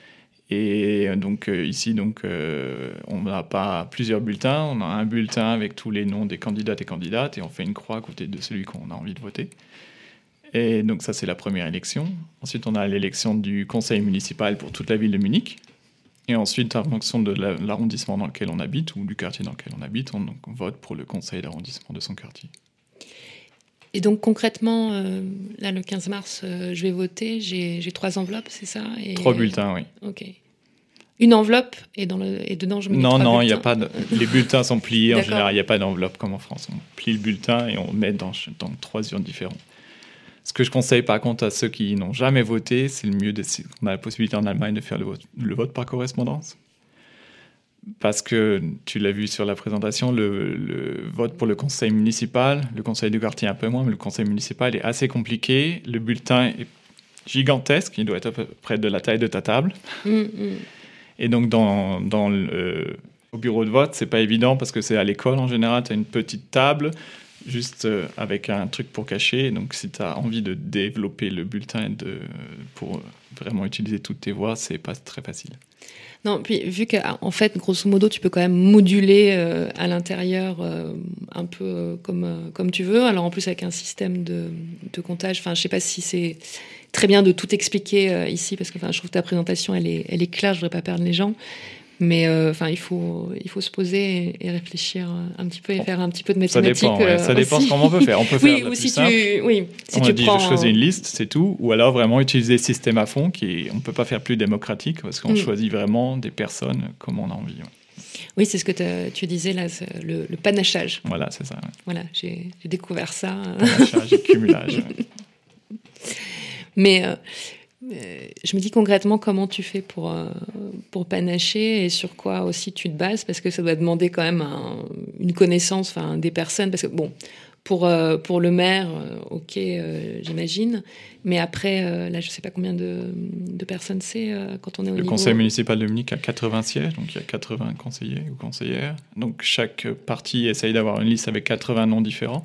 Et donc ici, on n'a pas plusieurs bulletins. On a un bulletin avec tous les noms des candidates et candidates et on fait une croix à côté de celui qu'on a envie de voter. Et donc ça, c'est la première élection. Ensuite, on a l'élection du conseil municipal pour toute la ville de Munich. Et ensuite, en fonction de l'arrondissement dans lequel on habite ou du quartier dans lequel on habite, on vote pour le conseil d'arrondissement de son quartier. Et donc concrètement, là le 15 mars, je vais voter, j'ai 3 enveloppes, c'est ça? 3 bulletins, oui. Ok. Une enveloppe et dedans je mets Non, 3 non, bulletins. Les bulletins sont pliés. En D'accord. général, il n'y a pas d'enveloppe comme en France. On plie le bulletin et on le met dans 3 urnes différentes. Ce que je conseille par contre à ceux qui n'ont jamais voté, c'est le mieux on a la possibilité en Allemagne de faire le vote par correspondance. Parce que, tu l'as vu sur la présentation, le vote pour le conseil municipal, le conseil de quartier un peu moins, mais le conseil municipal est assez compliqué. Le bulletin est gigantesque, il doit être à peu près de la taille de ta table. Et donc, au bureau de vote, c'est pas évident parce que c'est à l'école en général, tu as une petite table, juste avec un truc pour cacher. Donc, si tu as envie de développer le bulletin pour vraiment utiliser toutes tes voix, c'est pas très facile. Non, puis vu qu'en fait, grosso modo, tu peux quand même moduler à l'intérieur un peu comme tu veux. Alors en plus, avec un système de comptage, je sais pas si c'est très bien de tout expliquer ici, parce que je trouve que ta présentation, elle est claire, je voudrais pas perdre les gens. Mais il faut se poser et réfléchir un petit peu et faire un petit peu de mathématiques. Ça dépend ce qu'on peut faire. On peut faire la plus simple. Si on tu dit je choisis une liste, c'est tout. Ou alors vraiment utiliser le système à fond, on ne peut pas faire plus démocratique parce qu'on choisit vraiment des personnes comme on a envie. Ouais. Oui, c'est ce que tu disais là, le panachage. Voilà, c'est ça. Ouais. Voilà, j'ai découvert ça. Panachage et cumulage. Ouais. Mais... je me dis concrètement comment tu fais pour panacher et sur quoi aussi tu te bases, parce que ça doit demander quand même une connaissance des personnes, parce que bon, pour le maire, ok, j'imagine, mais après, là je sais pas combien de personnes c'est quand on est au niveau... Le conseil municipal de Munich a 80 sièges, donc il y a 80 conseillers ou conseillères, donc chaque parti essaye d'avoir une liste avec 80 noms différents,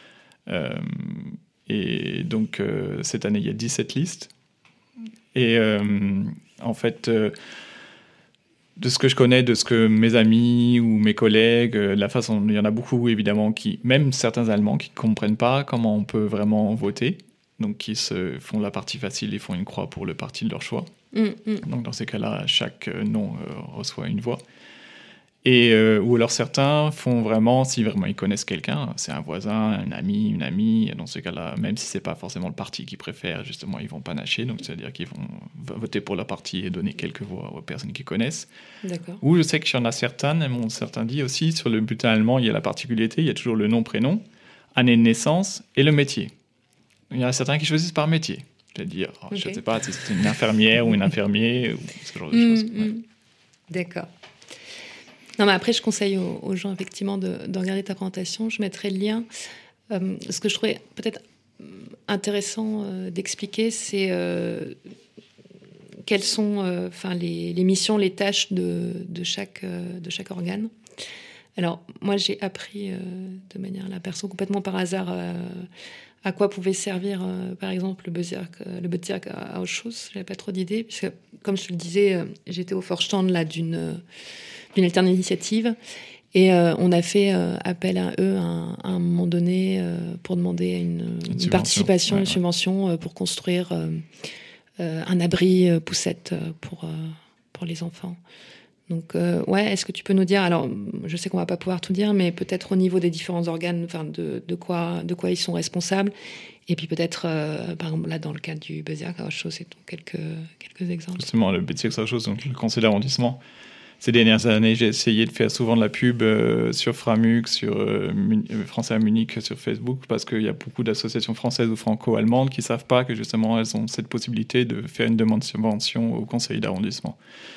et donc cette année il y a 17 listes. Et en fait, de ce que je connais, de ce que mes amis ou mes collègues, la façon, il y en a beaucoup évidemment même certains Allemands qui ne comprennent pas comment on peut vraiment voter, donc qui se font la partie facile et font une croix pour le parti de leur choix. Donc dans ces cas-là, chaque nom reçoit une voix. Et ou alors certains font vraiment, si vraiment ils connaissent quelqu'un, c'est un voisin, un ami, une amie, dans ce cas-là, même si c'est pas forcément le parti qu'ils préfèrent, justement, ils vont panacher, donc c'est-à-dire qu'ils vont voter pour leur parti et donner quelques voix aux personnes qu'ils connaissent. D'accord. Ou je sais qu'il y en a certaines, certains dit aussi, sur le bulletin allemand, il y a la particularité, il y a toujours le nom, prénom, année de naissance et le métier. Il y en a certains qui choisissent par métier. C'est-à-dire, je ne sais pas si c'est une infirmière ou un infirmier, ou ce genre de choses. Ouais. D'accord. Non, mais après, je conseille aux gens, effectivement, de regarder ta présentation. Je mettrai le lien. Ce que je trouvais peut-être intéressant d'expliquer, c'est quelles sont les missions, les tâches de chaque organe. Alors, moi, j'ai appris de manière perso complètement par hasard à quoi pouvait servir, par exemple, le Bezirk Ausschuss. Je n'avais pas trop d'idées, puisque, comme je te le disais, j'étais au Vorstand là, d'une alterne initiative. Et on a fait appel à eux à un moment donné pour demander une participation, une subvention pour construire un abri poussette pour les enfants. Donc, est-ce que tu peux nous dire, alors je sais qu'on va pas pouvoir tout dire, mais peut-être au niveau des différents organes, de quoi ils sont responsables, et puis peut-être, par exemple, là, dans le cadre du Bezirk Ausschuss, c'est quelques exemples. Justement, le Bezirk Ausschuss, donc le conseil d'arrondissement. Ces dernières années, j'ai essayé de faire souvent de la pub sur Framux, sur Français à Munich, sur Facebook, parce qu'il y a beaucoup d'associations françaises ou franco-allemandes qui ne savent pas que justement elles ont cette possibilité de faire une demande de subvention au conseil d'arrondissement.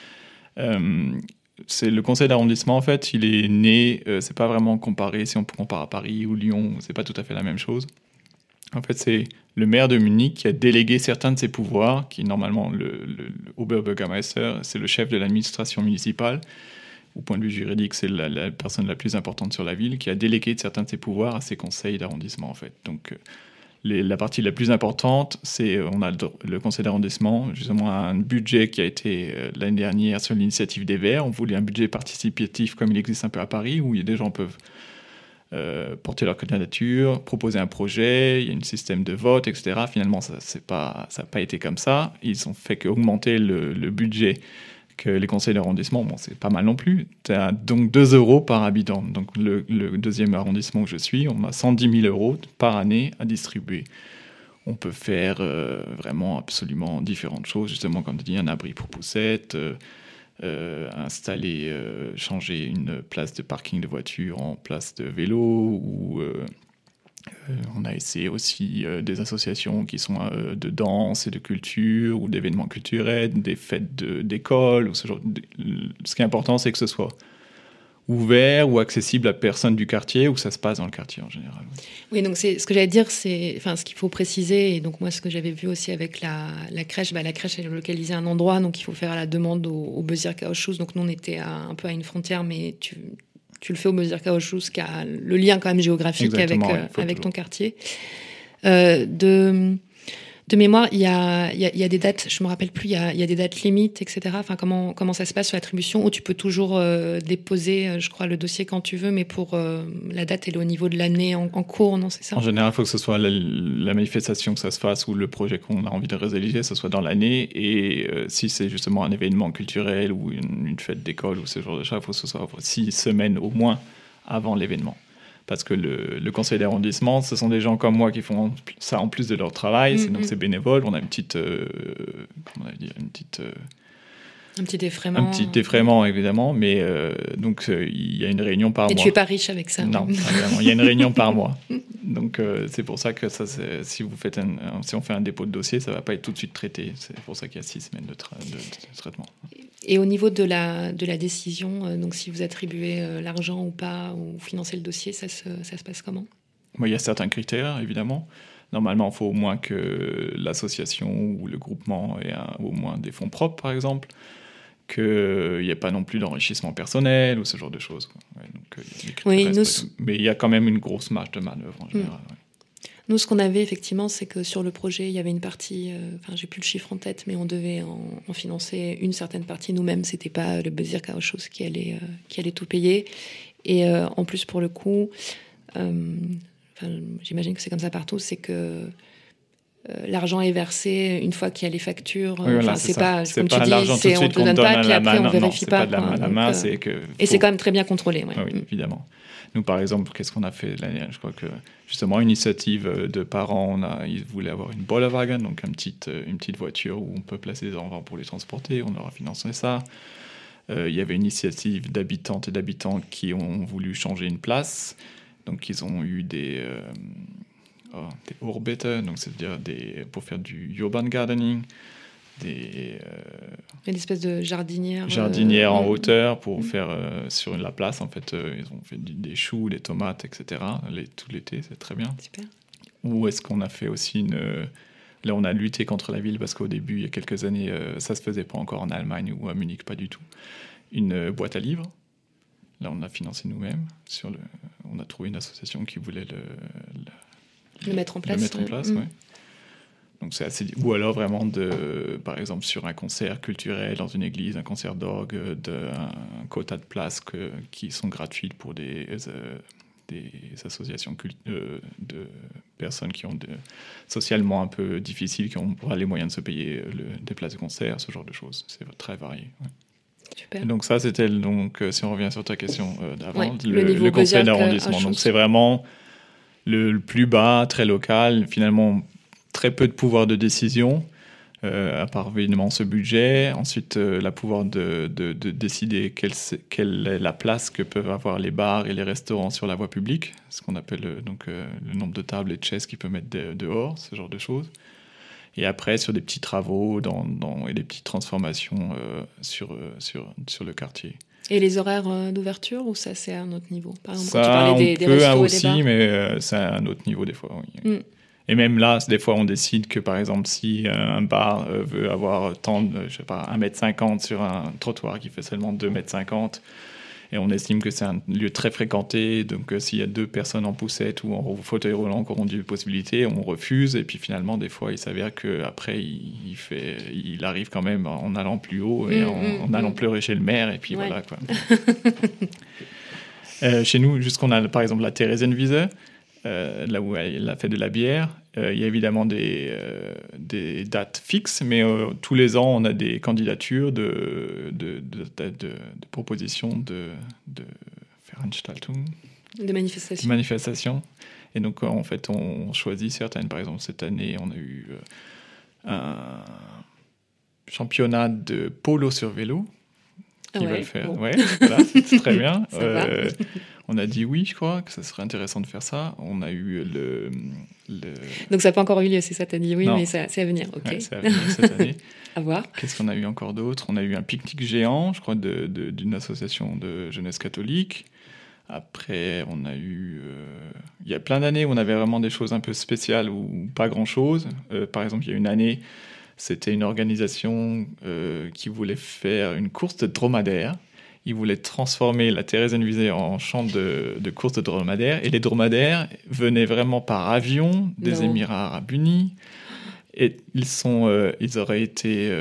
C'est le conseil d'arrondissement, en fait, il est né, c'est pas vraiment comparé, si on compare à Paris ou Lyon, c'est pas tout à fait la même chose. En fait, c'est le maire de Munich qui a délégué certains de ses pouvoirs, qui normalement, le Oberbürgermeister, c'est le chef de l'administration municipale. Au point de vue juridique, c'est la personne la plus importante sur la ville, qui a délégué certains de ses pouvoirs à ses conseils d'arrondissement, en fait. Donc, la partie la plus importante, c'est on a le conseil d'arrondissement, justement un budget qui a été l'année dernière sur l'initiative des Verts. On voulait un budget participatif comme il existe un peu à Paris, où des gens peuvent porter leur candidature, proposer un projet, il y a un système de vote, etc. Finalement, ça n'a pas été comme ça. Ils ont fait qu'augmenter le budget que les conseils d'arrondissement. Bon, c'est pas mal non plus. Tu as donc 2 € par habitant. Donc le deuxième arrondissement où je suis, on a 110 000 € par année à distribuer. On peut faire vraiment absolument différentes choses. Justement, comme tu dis, un abri pour poussettes, installer, changer une place de parking de voiture en place de vélo, ou on a essayé aussi des associations qui sont de danse et de culture, ou d'événements culturels, des fêtes d'école, ou ce genre. Ce qui est important, c'est que ce soit ouvert ou accessible à personne du quartier, ou ça se passe dans le quartier en général. Oui, donc c'est ce que j'allais dire, ce qu'il faut préciser, et donc moi ce que j'avais vu aussi avec la crèche, la crèche elle est localisée à un endroit, donc il faut faire la demande au Bezirk Ausschuss. Donc nous on était un peu à une frontière, mais tu le fais au Bezirk Ausschuss qui a le lien quand même géographique avec ton quartier. De mémoire, il y a des dates, je me rappelle plus, il y a des dates limites, etc. Enfin, comment ça se passe sur l'attribution, où tu peux toujours déposer, je crois, le dossier quand tu veux, mais pour la date, elle est au niveau de l'année en cours, non, c'est ça ? En général, il faut que ce soit la manifestation que ça se fasse, ou le projet qu'on a envie de réaliser, ce soit dans l'année. Et si c'est justement un événement culturel ou une fête d'école ou ce genre de choses, il faut que ce soit 6 semaines au moins avant l'événement. Parce que le conseil d'arrondissement, ce sont des gens comme moi qui font ça en plus de leur travail. Donc c'est bénévole. On a un petit défraiement. Un petit défraiement, évidemment. Mais donc il y a une réunion par mois. Et tu n'es pas riche avec ça. Non, il y a une réunion par mois. Donc c'est pour ça que si on fait un dépôt de dossier, ça ne va pas être tout de suite traité. C'est pour ça qu'il y a 6 semaines de traitement. Et au niveau de la décision, donc si vous attribuez l'argent ou pas, ou financez le dossier, ça se passe comment ? Il y a certains critères, évidemment. Normalement, il faut au moins que l'association ou le groupement ait au moins des fonds propres, par exemple, qu'il n'y ait pas non plus d'enrichissement personnel ou ce genre de choses. Ouais, donc, mais il y a quand même une grosse marge de manœuvre en général. Ouais. Nous, ce qu'on avait effectivement, c'est que sur le projet, il y avait une partie, j'ai plus le chiffre en tête, mais on devait en financer une certaine partie nous-mêmes. C'était pas le Bezirk Ausschuss qui allait tout payer. Et en plus, pour le coup, j'imagine que c'est comme ça partout, c'est que l'argent est versé une fois qu'il y a les factures. Oui, voilà, c'est pas comme tu dis, l'argent tout de suite qu'on te donne à la main. On vérifie pas. C'est pas de la main, donc, c'est que. Et c'est quand même très bien contrôlé. Ouais. Oui, évidemment. Nous, par exemple, qu'est-ce qu'on a fait l'année dernière ? Je crois que, justement, une initiative de parents, ils voulaient avoir une Bollerwagen, donc une petite voiture où on peut placer des enfants pour les transporter. On leur a financé ça. Il y avait une initiative d'habitantes et d'habitants qui ont voulu changer une place. Donc, ils ont eu des Orbete, donc c'est-à-dire pour faire du urban gardening. Une espèce de jardinière en hauteur pour faire sur la place. En fait, ils ont fait des choux, des tomates, etc. Tout l'été, c'est très bien. Super. Ou est-ce qu'on a fait aussi là, on a lutté contre la ville parce qu'au début, il y a quelques années, ça se faisait pas encore en Allemagne ou à Munich, pas du tout. Une boîte à livres. Là, on a financé nous-mêmes. On a trouvé une association qui voulait Le mettre en place. Ouais. Donc c'est assez... Ou alors vraiment, par exemple, sur un concert culturel dans une église, un concert d'orgue, un quota de places qui sont gratuites pour des associations de personnes qui ont socialement un peu difficiles, qui n'ont pas les moyens de se payer des places de concert, ce genre de choses. C'est très varié. Ouais. Super. Et donc ça, c'était, si on revient sur ta question d'avant, le conseil d'arrondissement. Donc c'est vraiment le plus bas, très local, finalement très peu de pouvoir de décision, à part évidemment ce budget. Ensuite, le pouvoir de décider quelle est la place que peuvent avoir les bars et les restaurants sur la voie publique, ce qu'on appelle le nombre de tables et de chaises qu'ils peuvent mettre dehors, ce genre de choses. Et après, sur des petits travaux et des petites transformations sur le quartier. Et les horaires d'ouverture, ou ça, c'est à un autre niveau? Par exemple, ça, quand tu parlais des restos aussi, et des bars. mais c'est à un autre niveau des fois, oui. Et même là, des fois, on décide que, par exemple, si un bar veut avoir je sais pas, 1,50 m sur un trottoir qui fait seulement 2,50 m, et on estime que c'est un lieu très fréquenté, donc s'il y a 2 personnes en poussette ou en fauteuil roulant qui auront des possibilités, on refuse, et puis finalement, des fois, il s'avère qu'après, il arrive quand même en allant plus haut et en allant pleurer chez le maire, et puis voilà, quoi. Chez nous, jusqu'on a, par exemple, la Theresienwiese, là où elle a fait de la bière. Il y a évidemment des dates fixes, mais tous les ans, on a des candidatures de propositions de Veranstaltung. De manifestations. Manifestations. Et donc, en fait, on choisit certaines. Par exemple, cette année, on a eu un championnat de polo sur vélo. Qui veulent faire. Bon. Ouais, voilà, c'est très bien. Ça on a dit oui, je crois, que ça serait intéressant de faire ça. On a eu Donc ça n'a pas encore eu lieu, c'est ça, t'as dit oui, non. mais c'est à venir, ok. Ouais, c'est à venir cette année. À voir. Qu'est-ce qu'on a eu encore d'autre? On a eu un pique-nique géant, je crois, d'une association de jeunesse catholique. Après, on a eu... il y a plein d'années où on avait vraiment des choses un peu spéciales ou pas grand-chose. Par exemple, il y a une année... C'était une organisation qui voulait faire une course de dromadaires. Ils voulaient transformer la Theresienwiese en champ de course de dromadaires. Et les dromadaires venaient vraiment par avion des Émirats arabes unis. Et ils auraient été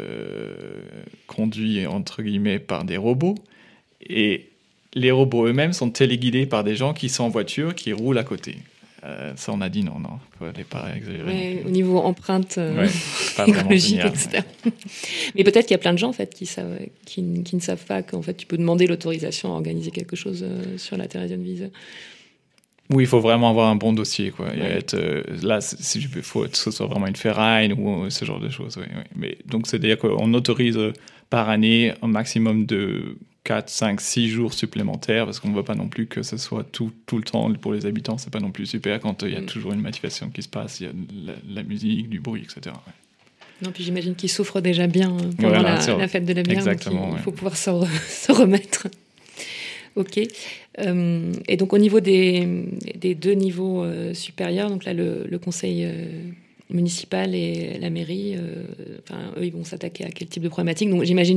conduits, entre guillemets, par des robots. Et les robots eux-mêmes sont téléguidés par des gens qui sont en voiture, qui roulent à côté. Ça, on a dit non, il ne fallait pas exagérer. Ouais, au niveau empreinte pas écologique, génial, etc. Ouais. Mais peut-être qu'il y a plein de gens en fait, qui ne savent pas qu'en fait, tu peux demander l'autorisation à organiser quelque chose sur la Theresienwiese. Oui, il faut vraiment avoir un bon dossier, quoi. Ouais. Là, il faut que ce soit vraiment une ferraille ou ce genre de choses. Oui. Mais, donc, c'est-à-dire qu'on autorise par année un maximum de 4, 5, 6 jours supplémentaires, parce qu'on ne veut pas non plus que ce soit tout le temps pour les habitants. C'est pas non plus super quand il y a toujours une manifestation qui se passe, il y a de la musique, du bruit, etc. Ouais. Non, puis j'imagine qu'ils souffrent déjà bien pendant la fête de la bière. Exactement. Donc il faut pouvoir se remettre. Ok. Et donc au niveau des 2 niveaux supérieurs, donc là le conseil municipal et la mairie, eux ils vont s'attaquer à quel type de problématique? Donc j'imagine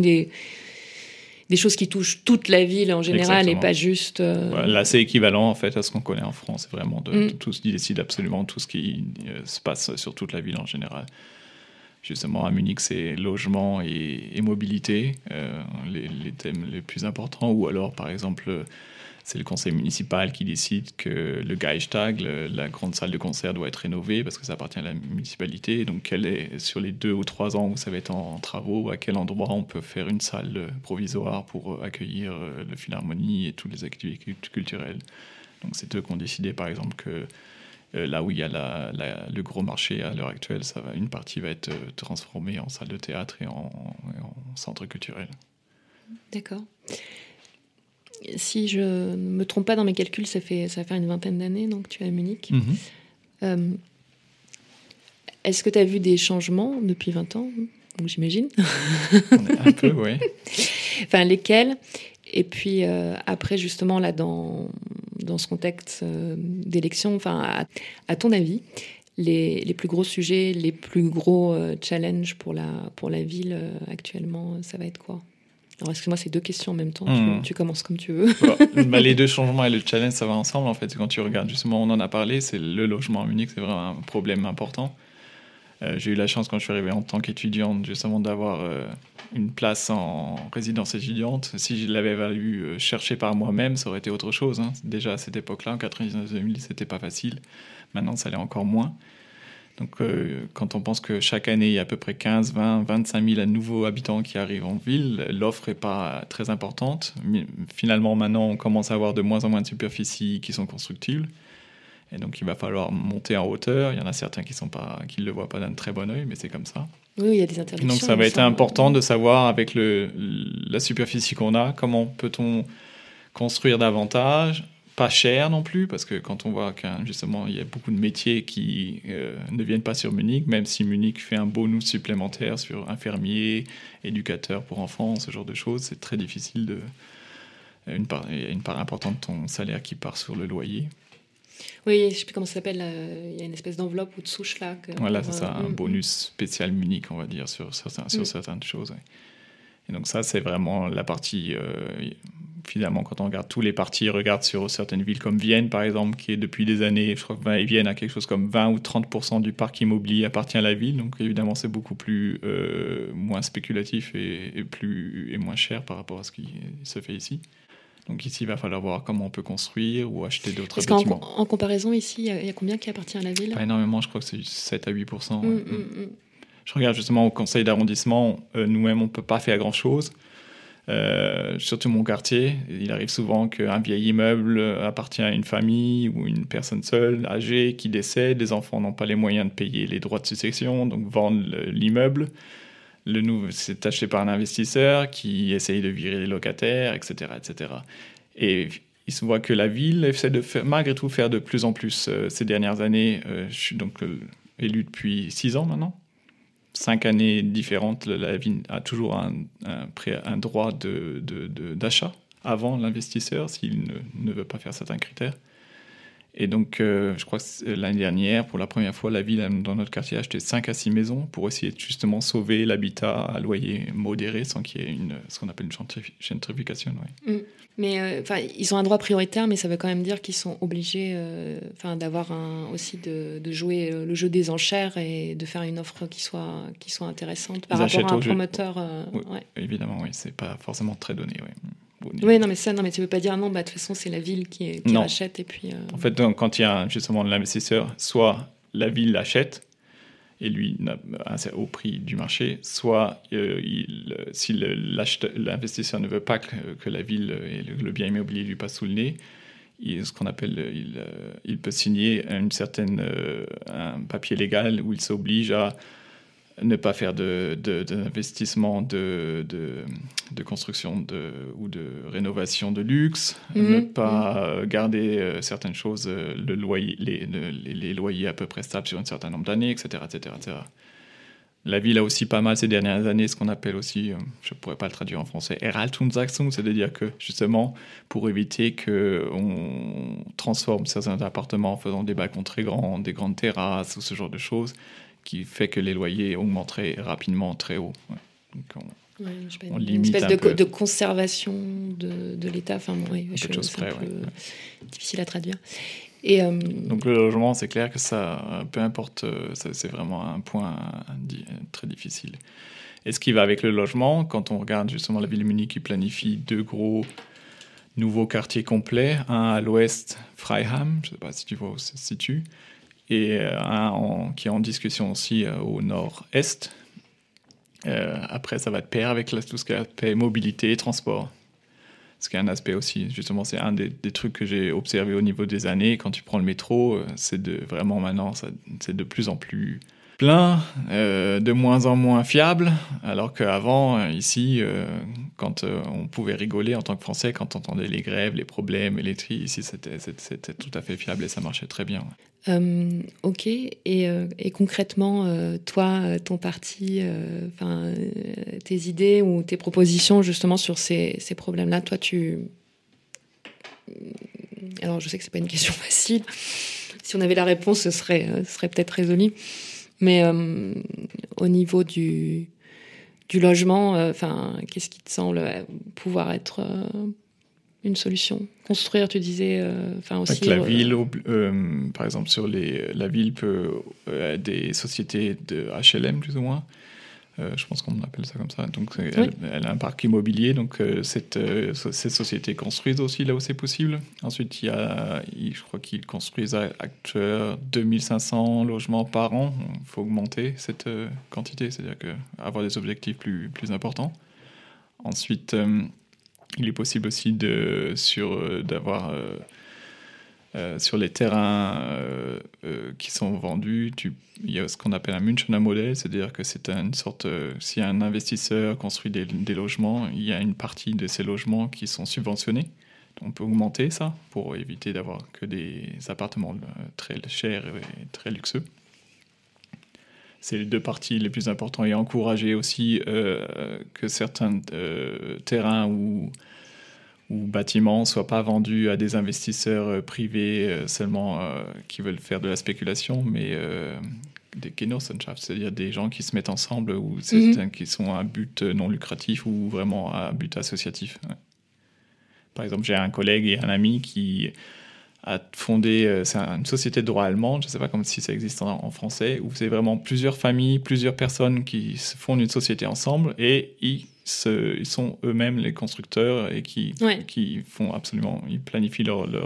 des choses qui touchent toute la ville en général. Exactement. Et pas juste... Là, c'est équivalent en fait à ce qu'on connaît en France. C'est vraiment de tout ce qui décide absolument tout ce qui se passe sur toute la ville en général. Justement, à Munich, c'est logement et mobilité, les thèmes les plus importants. Ou alors, par exemple, c'est le conseil municipal qui décide que le Geistag, la grande salle de concert, doit être rénovée parce que ça appartient à la municipalité. Donc, sur les 2 ou 3 ans où ça va être en travaux, à quel endroit on peut faire une salle provisoire pour accueillir le Philharmonie et toutes les activités culturelles. Donc, c'est eux qui ont décidé, par exemple, que là où il y a le gros marché à l'heure actuelle, une partie va être transformée en salle de théâtre et en centre culturel. D'accord. Si je ne me trompe pas dans mes calculs, ça va faire une 20aine d'années, donc tu es à Munich. Mm-hmm. Est-ce que tu as vu des changements depuis 20 ans? Donc, j'imagine. Un peu, oui. Enfin, lesquels? Et puis après, justement, là, dans ce contexte d'élection, à ton avis, les plus gros sujets, les plus gros challenges pour la ville actuellement, ça va être quoi? Alors, excuse-moi, c'est 2 questions en même temps. Tu commences comme tu veux. Bon, les 2 changements et le challenge, ça va ensemble. En fait, quand tu regardes, justement, on en a parlé, c'est le logement à Munich, c'est vraiment un problème important. J'ai eu la chance, quand je suis arrivé en tant qu'étudiante, justement, d'avoir une place en résidence étudiante. Si je l'avais valu chercher par moi-même, ça aurait été autre chose. Hein. Déjà, à cette époque-là, en 99-2000, c'était pas facile. Maintenant, ça l'est encore moins. Donc, quand on pense que chaque année, il y a à peu près 15, 20, 25 000 nouveaux habitants qui arrivent en ville, l'offre n'est pas très importante. Mais finalement, maintenant, on commence à avoir de moins en moins de superficies qui sont constructibles. Et donc, il va falloir monter en hauteur. Il y en a certains qui ne le voient pas d'un très bon œil, mais c'est comme ça. Oui, il y a des interdictions. Donc, ça va être important de savoir, avec la superficie qu'on a, comment peut-on construire davantage. Pas cher non plus, parce que quand on voit justement il y a beaucoup de métiers qui ne viennent pas sur Munich, même si Munich fait un bonus supplémentaire sur infirmier, éducateur pour enfants, ce genre de choses, c'est très difficile il y a une part importante de ton salaire qui part sur le loyer. Oui, je ne sais plus comment ça s'appelle, il y a une espèce d'enveloppe ou de souche là. Voilà, c'est ça, un bonus spécial Munich, on va dire, sur certaines choses. Ouais. Et donc ça, c'est vraiment la partie... finalement, quand on regarde tous les partis, regarde sur certaines villes comme Vienne, par exemple, qui est depuis des années, je crois que Vienne a quelque chose comme 20 ou 30% du parc immobilier appartient à la ville. Donc évidemment, c'est beaucoup plus moins spéculatif et moins cher par rapport à ce qui se fait ici. Donc ici, il va falloir voir comment on peut construire ou acheter d'autres bâtiments. En comparaison, ici, il y a combien qui appartient à la ville ? Pas énormément, je crois que c'est 7 à 8%. Je regarde justement au conseil d'arrondissement, nous-mêmes, on ne peut pas faire grand-chose. Surtout mon quartier, il arrive souvent qu'un vieil immeuble appartient à une famille ou une personne seule, âgée, qui décède. Les enfants n'ont pas les moyens de payer les droits de succession, donc vendent l'immeuble. C'est acheté par un investisseur qui essaye de virer les locataires, etc., etc. Et il se voit que la ville essaie de malgré tout faire de plus en plus ces dernières années. Je suis donc élu depuis 6 ans maintenant. 5 années différentes, la ville a toujours un droit d'achat avant l'investisseur s'il ne veut pas faire certains critères. Et donc, je crois que l'année dernière, pour la première fois, la ville, dans notre quartier, a acheté 5 à 6 maisons pour essayer de justement sauver l'habitat à loyer modéré sans qu'il y ait ce qu'on appelle une gentrification. Ouais. Mais ils ont un droit prioritaire, mais ça veut quand même dire qu'ils sont obligés d'avoir aussi de jouer le jeu des enchères et de faire une offre qui soit intéressante par rapport à un promoteur. Oui, évidemment, oui, c'est pas forcément très donné. Oui. Oui, non, mais tu veux pas dire non, de toute façon, c'est la ville qui rachète. Et puis, En fait, donc, quand il y a justement l'investisseur, soit la ville l'achète, et lui, au prix du marché, soit si l'investisseur ne veut pas que la ville et le bien immobilier lui passent sous le nez, ce qu'on appelle, il peut signer un papier légal où il s'oblige à ne pas faire d'investissement de construction ou de rénovation de luxe, ne pas garder certaines choses, les loyers à peu près stables sur un certain nombre d'années, etc., etc., etc. La ville a aussi pas mal ces dernières années ce qu'on appelle aussi, je ne pourrais pas le traduire en français, Erhaltungsachtung, c'est-à-dire que justement pour éviter qu'on transforme certains appartements en faisant des balcons très grands, des grandes terrasses ou ce genre de choses, qui fait que les loyers augmenteraient rapidement très haut. Ouais. Donc on limite une espèce de conservation de l'État. Enfin, c'est un peu difficile à traduire. Et donc le logement, c'est clair que ça, peu importe, c'est vraiment un point très difficile. Et ce qui va avec le logement, quand on regarde justement la ville de Munich qui planifie 2 gros nouveaux quartiers complets, un à l'ouest, Freiham, je ne sais pas si tu vois où ça se situe, et un qui est en discussion aussi au nord-est. Après, ça va de pair avec tout ce qui est mobilité et transport. Ce qui est un aspect aussi, justement, c'est un des trucs que j'ai observé au niveau des années. Quand tu prends le métro, vraiment maintenant, c'est de plus en plus plein, de moins en moins fiable, alors qu'avant, ici, quand on pouvait rigoler en tant que Français, quand on entendait les grèves, les problèmes, les tri, ici, c'était tout à fait fiable et ça marchait très bien. Ok, et concrètement, toi, ton parti, tes idées ou tes propositions justement sur ces problèmes-là, toi, alors je sais que c'est pas une question facile, si on avait la réponse, ce serait peut-être résolu, mais au niveau du du logement, qu'est-ce qui te semble pouvoir être une solution? Construire, tu disais, aussi... La ville, par exemple, la ville peut des sociétés de HLM, plus ou moins. Je pense qu'on appelle ça comme ça. Donc, elle a un parc immobilier. Donc, ces sociétés construisent aussi là où c'est possible. Ensuite, je crois qu'ils construisent actuellement 2500 logements par an. Il faut augmenter cette quantité, c'est-à-dire avoir des objectifs plus importants. Ensuite, il est possible aussi d'avoir... sur les terrains qui sont vendus, il y a ce qu'on appelle un Münchner Modell, c'est-à-dire que c'est une sorte... si un investisseur construit des logements, il y a une partie de ces logements qui sont subventionnés. On peut augmenter ça pour éviter d'avoir que des appartements très chers et très luxueux. C'est les deux parties les plus importantes. Et encourager aussi que certains terrains ou bâtiments ne soient pas vendus à des investisseurs privés seulement qui veulent faire de la spéculation, mais des Genossenschaft, c'est-à-dire des gens qui se mettent ensemble ou certains qui sont à but non lucratif ou vraiment à but associatif. Ouais. Par exemple, j'ai un collègue et un ami qui a fondé c'est une société de droit allemande, je ne sais pas si ça existe en français, où c'est vraiment plusieurs familles, plusieurs personnes qui fondent une société ensemble et ils sont eux-mêmes les constructeurs et qui font absolument, ils planifient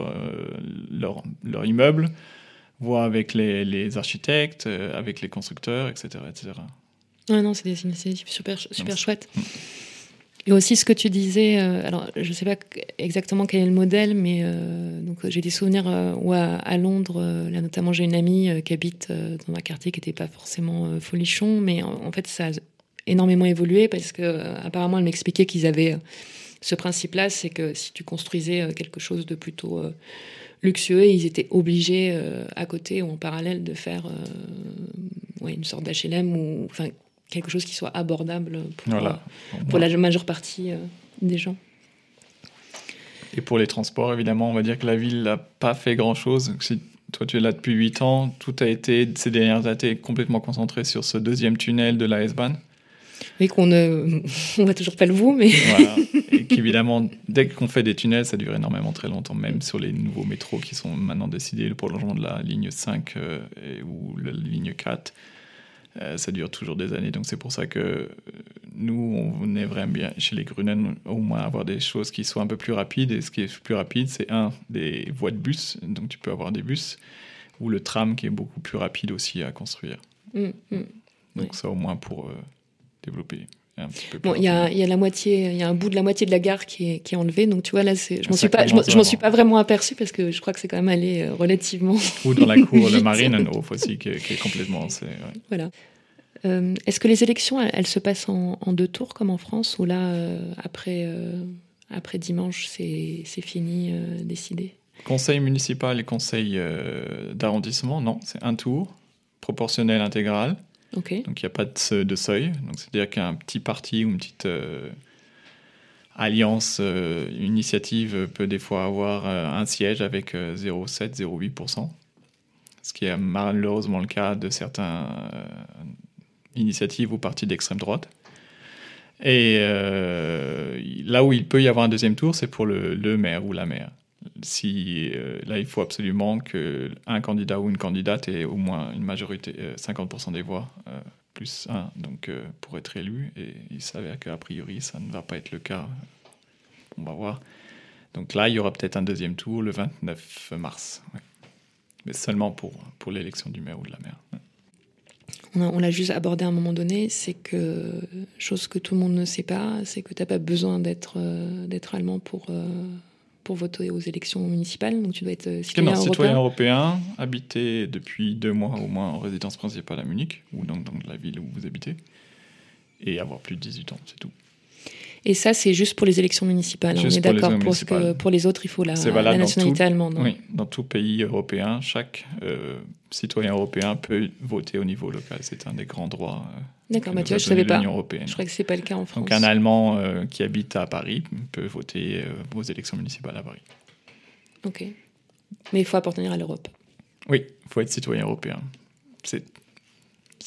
leur immeuble, voient avec les architectes, avec les constructeurs, etc. Ouais, non, c'est des initiatives super chouettes. Et aussi ce que tu disais, alors je ne sais pas exactement quel est le modèle, mais donc, j'ai des souvenirs où à Londres, là notamment j'ai une amie qui habite dans un quartier qui n'était pas forcément folichon, mais en fait ça a énormément évolué parce que apparemment elle m'expliquait qu'ils avaient ce principe-là, c'est que si tu construisais quelque chose de plutôt luxueux, ils étaient obligés à côté ou en parallèle de faire une sorte d'HLM ou quelque chose qui soit abordable pour la majeure partie des gens. Et pour les transports, évidemment, on va dire que la ville n'a pas fait grand-chose. Si toi, tu es là depuis 8 ans, tout a été, ces dernières années, complètement concentré sur ce deuxième tunnel de la S-Bahn. Oui, on voit toujours pas le bout, mais... Voilà. Et qu'évidemment, dès qu'on fait des tunnels, ça dure énormément très longtemps, même sur les nouveaux métros qui sont maintenant décidés, le prolongement de la ligne 5 ou la ligne 4. Ça dure toujours des années, donc c'est pour ça que nous, on aimerait bien, chez les Grunen, au moins avoir des choses qui soient un peu plus rapides. Et ce qui est plus rapide, c'est des voies de bus, donc tu peux avoir des bus, ou le tram qui est beaucoup plus rapide aussi à construire. Donc ça, au moins pour développer un petit peu plus. Bon, il y a la moitié, il y a un bout de la moitié de la gare qui est enlevé, donc tu vois là, je m'en suis pas vraiment aperçu parce que je crois que c'est quand même allé relativement. Ou dans la cour le Marienhof aussi qui est complètement. Voilà. Est-ce que les élections, elles se passent en 2 tours comme en France, ou là après dimanche c'est fini, décidé? Conseil municipal et conseil d'arrondissement, non, c'est un tour proportionnel intégral. Okay. Donc il n'y a pas de seuil. Donc c'est-à-dire qu'un petit parti ou une petite alliance, initiative peut des fois avoir un siège avec 0,7-0,8%. Ce qui est malheureusement le cas de certaines initiatives ou partis d'extrême droite. Et là où il peut y avoir un deuxième tour, c'est pour le maire ou la maire. Là, il faut absolument qu'un candidat ou une candidate ait au moins une majorité, 50% des voix, plus 1, donc, pour être élu. Et il s'avère qu'a priori, ça ne va pas être le cas. On va voir. Donc là, il y aura peut-être un deuxième tour le 29 mars. Ouais. Mais seulement pour l'élection du maire ou de la maire. Ouais. On l'a juste abordé à un moment donné, c'est que, chose que tout le monde ne sait pas, c'est que tu n'as pas besoin d'être allemand pour voter aux élections municipales, donc tu dois être citoyen européen, habiter depuis 2 mois au moins en résidence principale à Munich, ou dans la ville où vous habitez, et avoir plus de 18 ans, c'est tout. Et ça, c'est juste pour les élections municipales. On est d'accord pour les autres, il faut la nationalité allemande. Oui, dans tout pays européen, chaque citoyen européen peut voter au niveau local. C'est un des grands droits. D'accord, tu vois, je ne savais pas. Européenne. Je crois que ce n'est pas le cas en France. Donc un Allemand qui habite à Paris peut voter aux élections municipales à Paris. Ok. Mais il faut appartenir à l'Europe. Oui, il faut être citoyen européen. C'est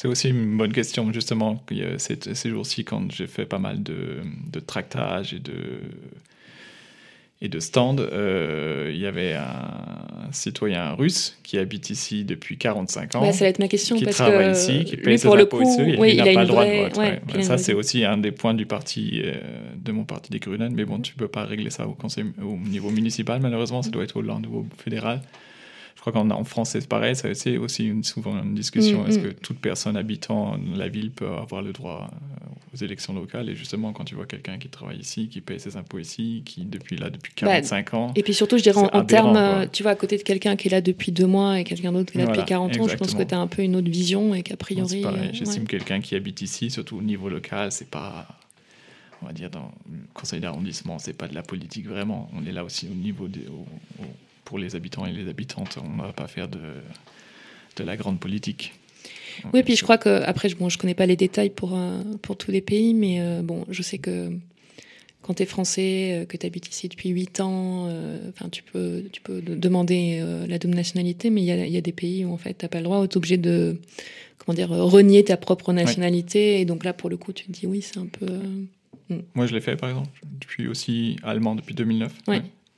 C'est aussi une bonne question, justement. Ces jours-ci, quand j'ai fait pas mal de tractages et de stands, il y avait un citoyen russe qui habite ici depuis 45 ans. Bah, ça va être ma question. Qui parce travaille que ici, qui paye lui, ses pour le impôts coup, ici, et oui, il n'a pas le droit de vote. Ça, c'est aussi un des points du parti, de mon parti des Grünen. Mais bon, tu ne peux pas régler ça au niveau municipal, malheureusement. Ça doit être au niveau fédéral. Je crois qu'en France, c'est pareil. C'est aussi souvent une discussion. Est-ce que toute personne habitant la ville peut avoir le droit aux élections locales? Et justement, quand tu vois quelqu'un qui travaille ici, qui paye ses impôts ici, qui depuis 45 ans... Et puis surtout, je dirais en termes, tu vois, à côté de quelqu'un qui est là depuis 2 mois et quelqu'un d'autre qui est là depuis 40 ans, je pense que tu as un peu une autre vision et qu'a priori... C'est pareil. J'estime quelqu'un qui habite ici, surtout au niveau local, c'est pas... On va dire, dans le conseil d'arrondissement, c'est pas de la politique vraiment. On est là aussi au niveau pour les habitants et les habitantes. On ne va pas faire de la grande politique. Oui, puis je crois que, après, je connais pas les détails pour tous les pays, mais bon, je sais que quand tu es français, que tu habites ici depuis 8 ans, tu peux demander la double nationalité, mais il y a des pays où en fait, tu n'as pas le droit, ou tu es obligé de renier ta propre nationalité. Et donc là, pour le coup, tu te dis oui, c'est un peu... Moi, je l'ai fait, par exemple. Je suis aussi allemand depuis 2009. Ouais.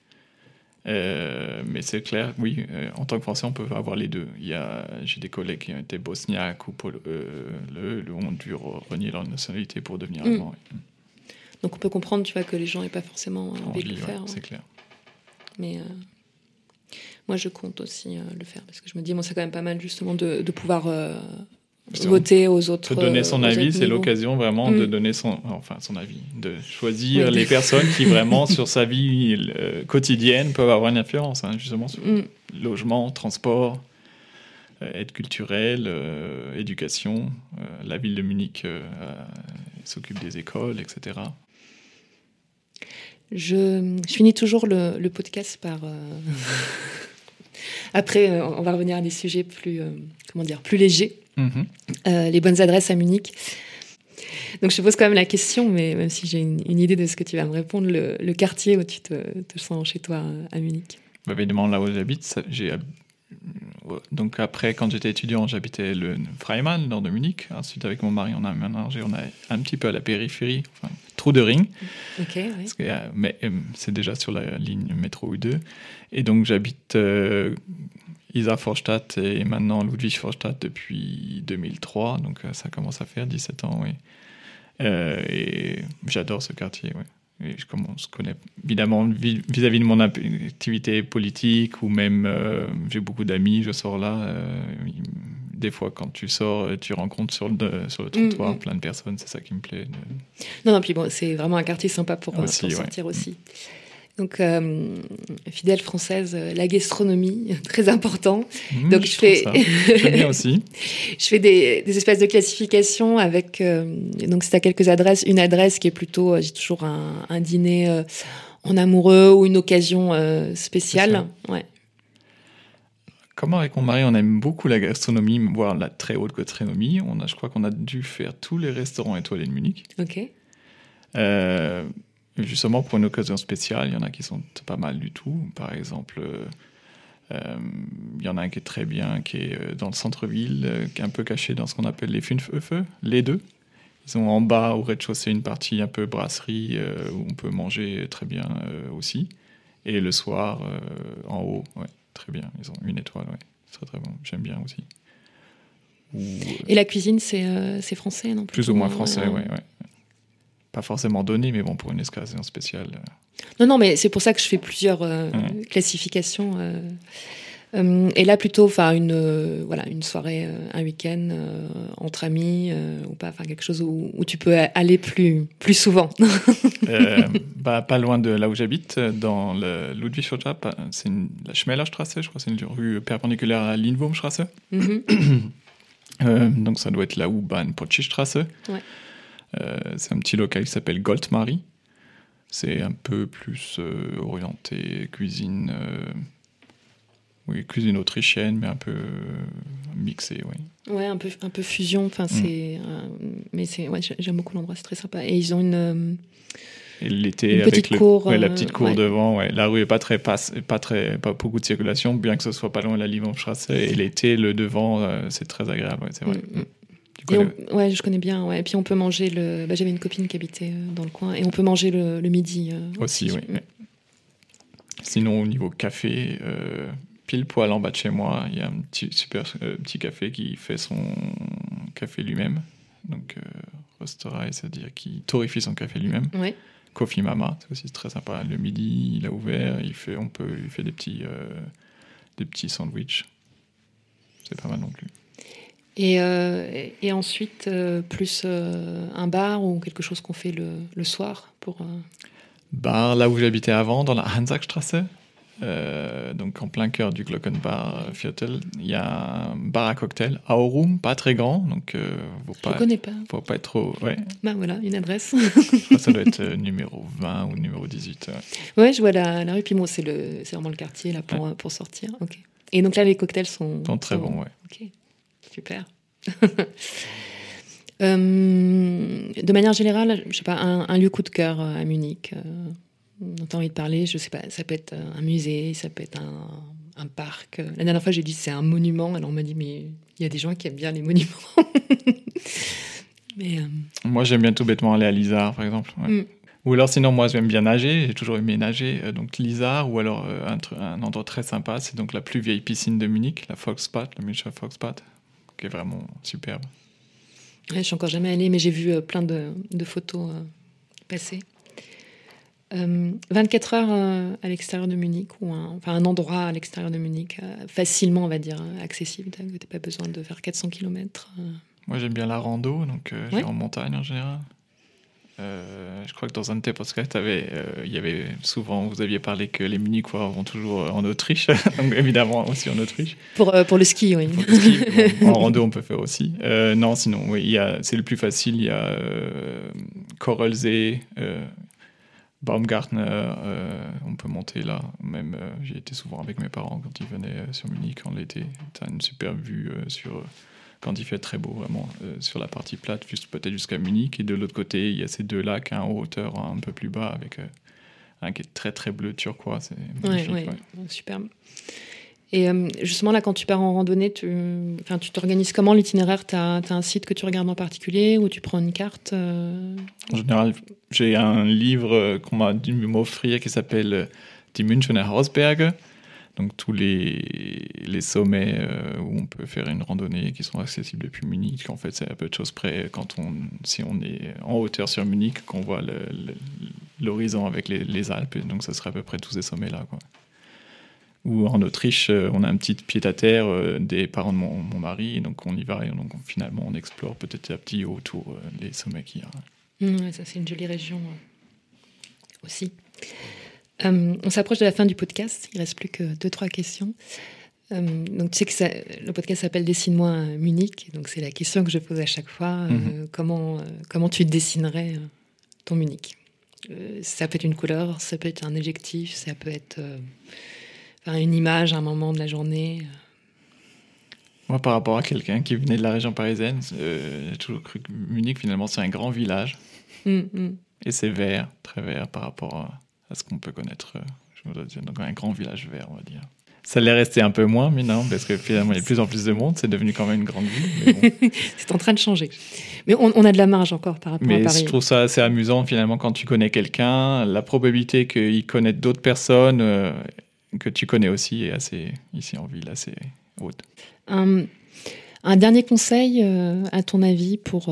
Mais c'est clair, oui, en tant que Français, on peut avoir les deux. J'ai des collègues qui ont été bosniaques ou ont dû renier leur nationalité pour devenir allemands. Ouais. Donc on peut comprendre, tu vois, que les gens n'aient pas forcément envie de le faire. C'est clair. Mais moi, je compte aussi le faire parce que je me dis, bon, c'est quand même pas mal justement de pouvoir voter aux autres. De donner son avis, c'est l'occasion vraiment de donner son avis, de choisir les personnes qui vraiment sur sa vie quotidienne peuvent avoir une influence, justement sur logement, transport, aide culturelle, éducation. La ville de Munich s'occupe des écoles, etc. Je finis toujours le podcast par... Après, on va revenir à des sujets plus légers. Les bonnes adresses à Munich. Donc je te pose quand même la question, mais même si j'ai une idée de ce que tu vas me répondre, le quartier où tu te sens chez toi à Munich. Évidemment, là où j'habite, donc après, quand j'étais étudiant, j'habitais le Freimann, nord de Munich. Ensuite, avec mon mari, on a aménagé, on est un petit peu à la périphérie, Trou de Ring. Ok, oui. Parce que, mais c'est déjà sur la ligne métro U2. Et donc j'habite Isarvorstadt et maintenant Ludwigsvorstadt depuis 2003. Donc ça commence à faire 17 ans, oui. Et j'adore ce quartier, oui. Et je connais évidemment vis-à-vis de mon activité politique ou même j'ai beaucoup d'amis, je sors là. Des fois, quand tu sors, tu rencontres sur le trottoir plein de personnes, c'est ça qui me plaît. Non, puis bon, c'est vraiment un quartier sympa pour sortir aussi. Donc, fidèle française, la gastronomie, très important. Donc, j'aime bien aussi. Je fais des espèces de classifications avec, donc si tu as quelques adresses, une adresse qui est plutôt, j'ai toujours un dîner en amoureux ou une occasion spéciale. Ouais. Comment avec mon mari, on aime beaucoup la gastronomie, voire la très haute gastronomie. Je crois qu'on a dû faire tous les restaurants étoilés de Munich. Ok. Justement, pour une occasion spéciale, il y en a qui sont pas mal du tout. Par exemple, il y en a un qui est très bien, qui est dans le centre-ville, qui est un peu caché dans ce qu'on appelle les Fünfhöfe, les deux. Ils ont en bas, au rez-de-chaussée, une partie un peu brasserie, où on peut manger très bien aussi. Et le soir, en haut, ouais, très bien. Ils ont 1 étoile, ouais. C'est très, très bon. J'aime bien aussi. Et la cuisine, c'est français, non? Plus ou moins français, ouais. Pas forcément donné, mais bon, pour une occasion spéciale. Non, mais c'est pour ça que je fais plusieurs classifications. Et là, plutôt, une soirée, un week-end entre amis, ou pas, quelque chose où tu peux aller plus souvent. Pas loin de là où j'habite, dans le Ludwigsvorstadt, c'est la Schmellerstraße, je crois, c'est une rue perpendiculaire à Lindwurmstraße. Donc ça doit être la U-Bahn-Poccistraße. Ouais. C'est un petit local qui s'appelle Goldmarie. C'est un peu plus orienté cuisine, cuisine autrichienne, mais un peu mixée, oui. Ouais, un peu fusion. Mais j'aime beaucoup l'endroit, c'est très sympa. Et ils ont une l'été avec la petite cour devant. Ouais. La rue est pas beaucoup de circulation, bien que ce soit pas loin de la Lindwurmstraße. Et l'été, le devant, c'est très agréable. Ouais, c'est vrai. Ouais, je connais bien. Ouais. Et puis on peut manger j'avais une copine qui habitait dans le coin et on peut manger le midi aussi. Oui. Sinon, au niveau café, pile poil en bas de chez moi, il y a un super petit café qui fait son café lui-même. Donc, Rosterai, c'est-à-dire qui torréfie son café lui-même. Ouais. Coffee Mama, c'est aussi très sympa. Le midi, il a ouvert, il fait des petits sandwichs. C'est pas mal non plus. Et ensuite, plus un bar ou quelque chose qu'on fait le soir pour... Bar, là où j'habitais avant, dans la Hansachstrasse, donc en plein cœur du Glockenbar Viertel, il y a un bar à cocktail, Aurum, pas très grand, donc je ne connais pas. Faut pas être trop... Ouais. Bah voilà, une adresse. Ça doit être numéro 20 ou numéro 18. Ouais, je vois la rue, puis bon, c'est vraiment le quartier là pour sortir. Ok. Et donc là, les cocktails sont très bons, ouais. Ok, super. De manière générale, je sais pas, un lieu coup de cœur à Munich. On a envie de parler, je sais pas, ça peut être un musée, ça peut être un parc. La dernière fois, j'ai dit c'est un monument, alors on m'a dit mais il y a des gens qui aiment bien les monuments. Mais moi, j'aime bien tout bêtement aller à l'Isar, par exemple. Ouais. Ou alors sinon, moi, j'aime bien nager. J'ai toujours aimé nager. Donc l'Isar, ou alors un endroit très sympa, c'est donc la plus vieille piscine de Munich, la Volksbad, le Münchner Volksbad, qui est vraiment superbe. Ouais, je suis encore jamais allée, mais j'ai vu plein de photos passer. 24 heures à l'extérieur de Munich, ou un endroit à l'extérieur de Munich, facilement, on va dire, accessible. Tu n'as pas besoin de faire 400 km. Moi, j'aime bien la rando, donc je vais en montagne en général. Je crois que dans un de tes podcasts, il y avait souvent, vous aviez parlé que les Munichois vont toujours en Autriche, donc évidemment aussi en Autriche. Pour le ski, oui. Pour le ski, en rando, on peut faire aussi. Non, sinon, oui, c'est le plus facile. Il y a Korrelsee, Baumgartner, on peut monter là. Même, j'y étais souvent avec mes parents quand ils venaient sur Munich en l'été. Tu as une super vue quand il fait très beau, vraiment, sur la partie plate, peut-être jusqu'à Munich. Et de l'autre côté, il y a ces deux lacs, un en hauteur, un peu plus bas, avec un qui est très très bleu turquoise. C'est magnifique. Ouais. Superbe. Et justement, là, quand tu pars en randonnée, tu t'organises comment l'itinéraire ? Tu as un site que tu regardes en particulier ou tu prends une carte En général, j'ai un livre qu'on m'a dû m'offrir qui s'appelle Die Münchener Hausberge. Donc tous les sommets où on peut faire une randonnée qui sont accessibles depuis Munich. En fait, c'est à peu de choses près si on est en hauteur sur Munich, qu'on voit l'horizon avec les Alpes. Donc ça serait à peu près tous ces sommets-là, quoi. Ou en Autriche, on a un petit pied-à-terre des parents de mon mari, donc on y va et donc finalement on explore petit à petit autour les sommets qu'il y a. Ça c'est une jolie région aussi. On s'approche de la fin du podcast, il ne reste plus que 2-3 questions. Donc tu sais que le podcast s'appelle Dessine-moi Munich, donc c'est la question que je pose à chaque fois. Comment tu dessinerais ton Munich ? Ça peut être une couleur, ça peut être un adjectif, ça peut être... une image à un moment de la journée. Moi, par rapport à quelqu'un qui venait de la région parisienne, j'ai toujours cru que Munich, finalement, c'est un grand village. Et c'est vert, très vert par rapport à ce qu'on peut connaître. Je me dois dire, donc un grand village vert, on va dire. Ça l'est resté un peu moins, mais non, parce que finalement, il y a de plus en plus de monde. C'est devenu quand même une grande ville. Mais bon. C'est en train de changer. Mais on a de la marge encore par rapport à Paris. Mais je trouve ça assez amusant, finalement, quand tu connais quelqu'un, la probabilité qu'il connaisse d'autres personnes... que tu connais aussi est assez, ici en ville, assez haute. Un dernier conseil, à ton avis, pour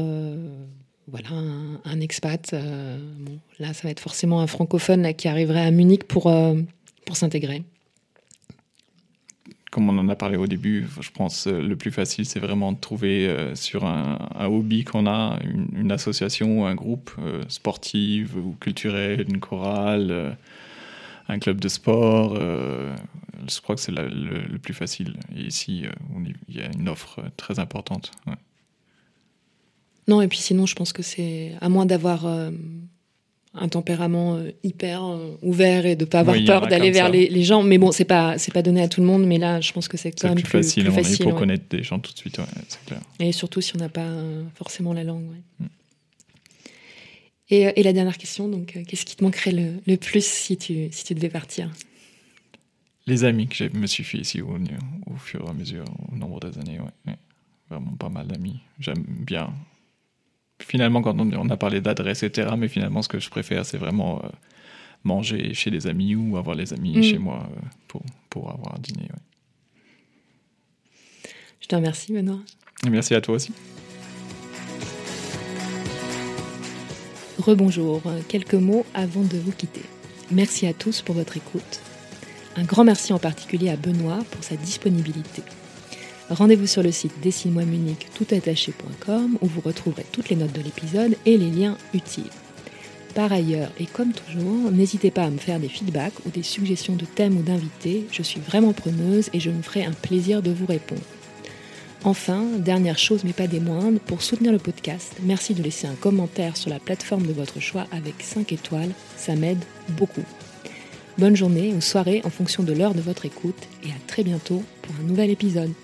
un expat là, ça va être forcément un francophone là, qui arriverait à Munich pour s'intégrer. Comme on en a parlé au début, je pense le plus facile, c'est vraiment de trouver sur un hobby qu'on a, une association, un groupe sportif ou culturel, une chorale... un club de sport, je crois que c'est le plus facile. Et ici, il y a une offre très importante. Ouais. Non, et puis sinon, je pense que c'est... À moins d'avoir un tempérament hyper ouvert et de ne pas avoir peur d'aller vers les gens. Mais bon, c'est pas donné à tout le monde, mais là, je pense que c'est quand même plus facile. On est pour connaître des gens tout de suite, c'est clair. Et surtout si on n'a pas forcément la langue. Ouais. Et la dernière question, donc, qu'est-ce qui te manquerait le plus si tu devais partir ? Les amis que je me suis fait ici au fur et à mesure, au nombre des années, ouais. vraiment pas mal d'amis. J'aime bien. Finalement, quand on a parlé d'adresse, etc., mais finalement, ce que je préfère, c'est vraiment manger chez les amis ou avoir les amis chez moi pour avoir un dîner. Ouais. Je te remercie, Benoît. Et merci à toi aussi. Rebonjour, quelques mots avant de vous quitter. Merci à tous pour votre écoute. Un grand merci en particulier à Benoît pour sa disponibilité. Rendez-vous sur le site dessine-moi-Munich toutattaché.com où vous retrouverez toutes les notes de l'épisode et les liens utiles. Par ailleurs, et comme toujours, n'hésitez pas à me faire des feedbacks ou des suggestions de thèmes ou d'invités. Je suis vraiment preneuse et je me ferai un plaisir de vous répondre. Enfin, dernière chose mais pas des moindres, pour soutenir le podcast, merci de laisser un commentaire sur la plateforme de votre choix avec 5 étoiles, ça m'aide beaucoup. Bonne journée ou soirée en fonction de l'heure de votre écoute et à très bientôt pour un nouvel épisode.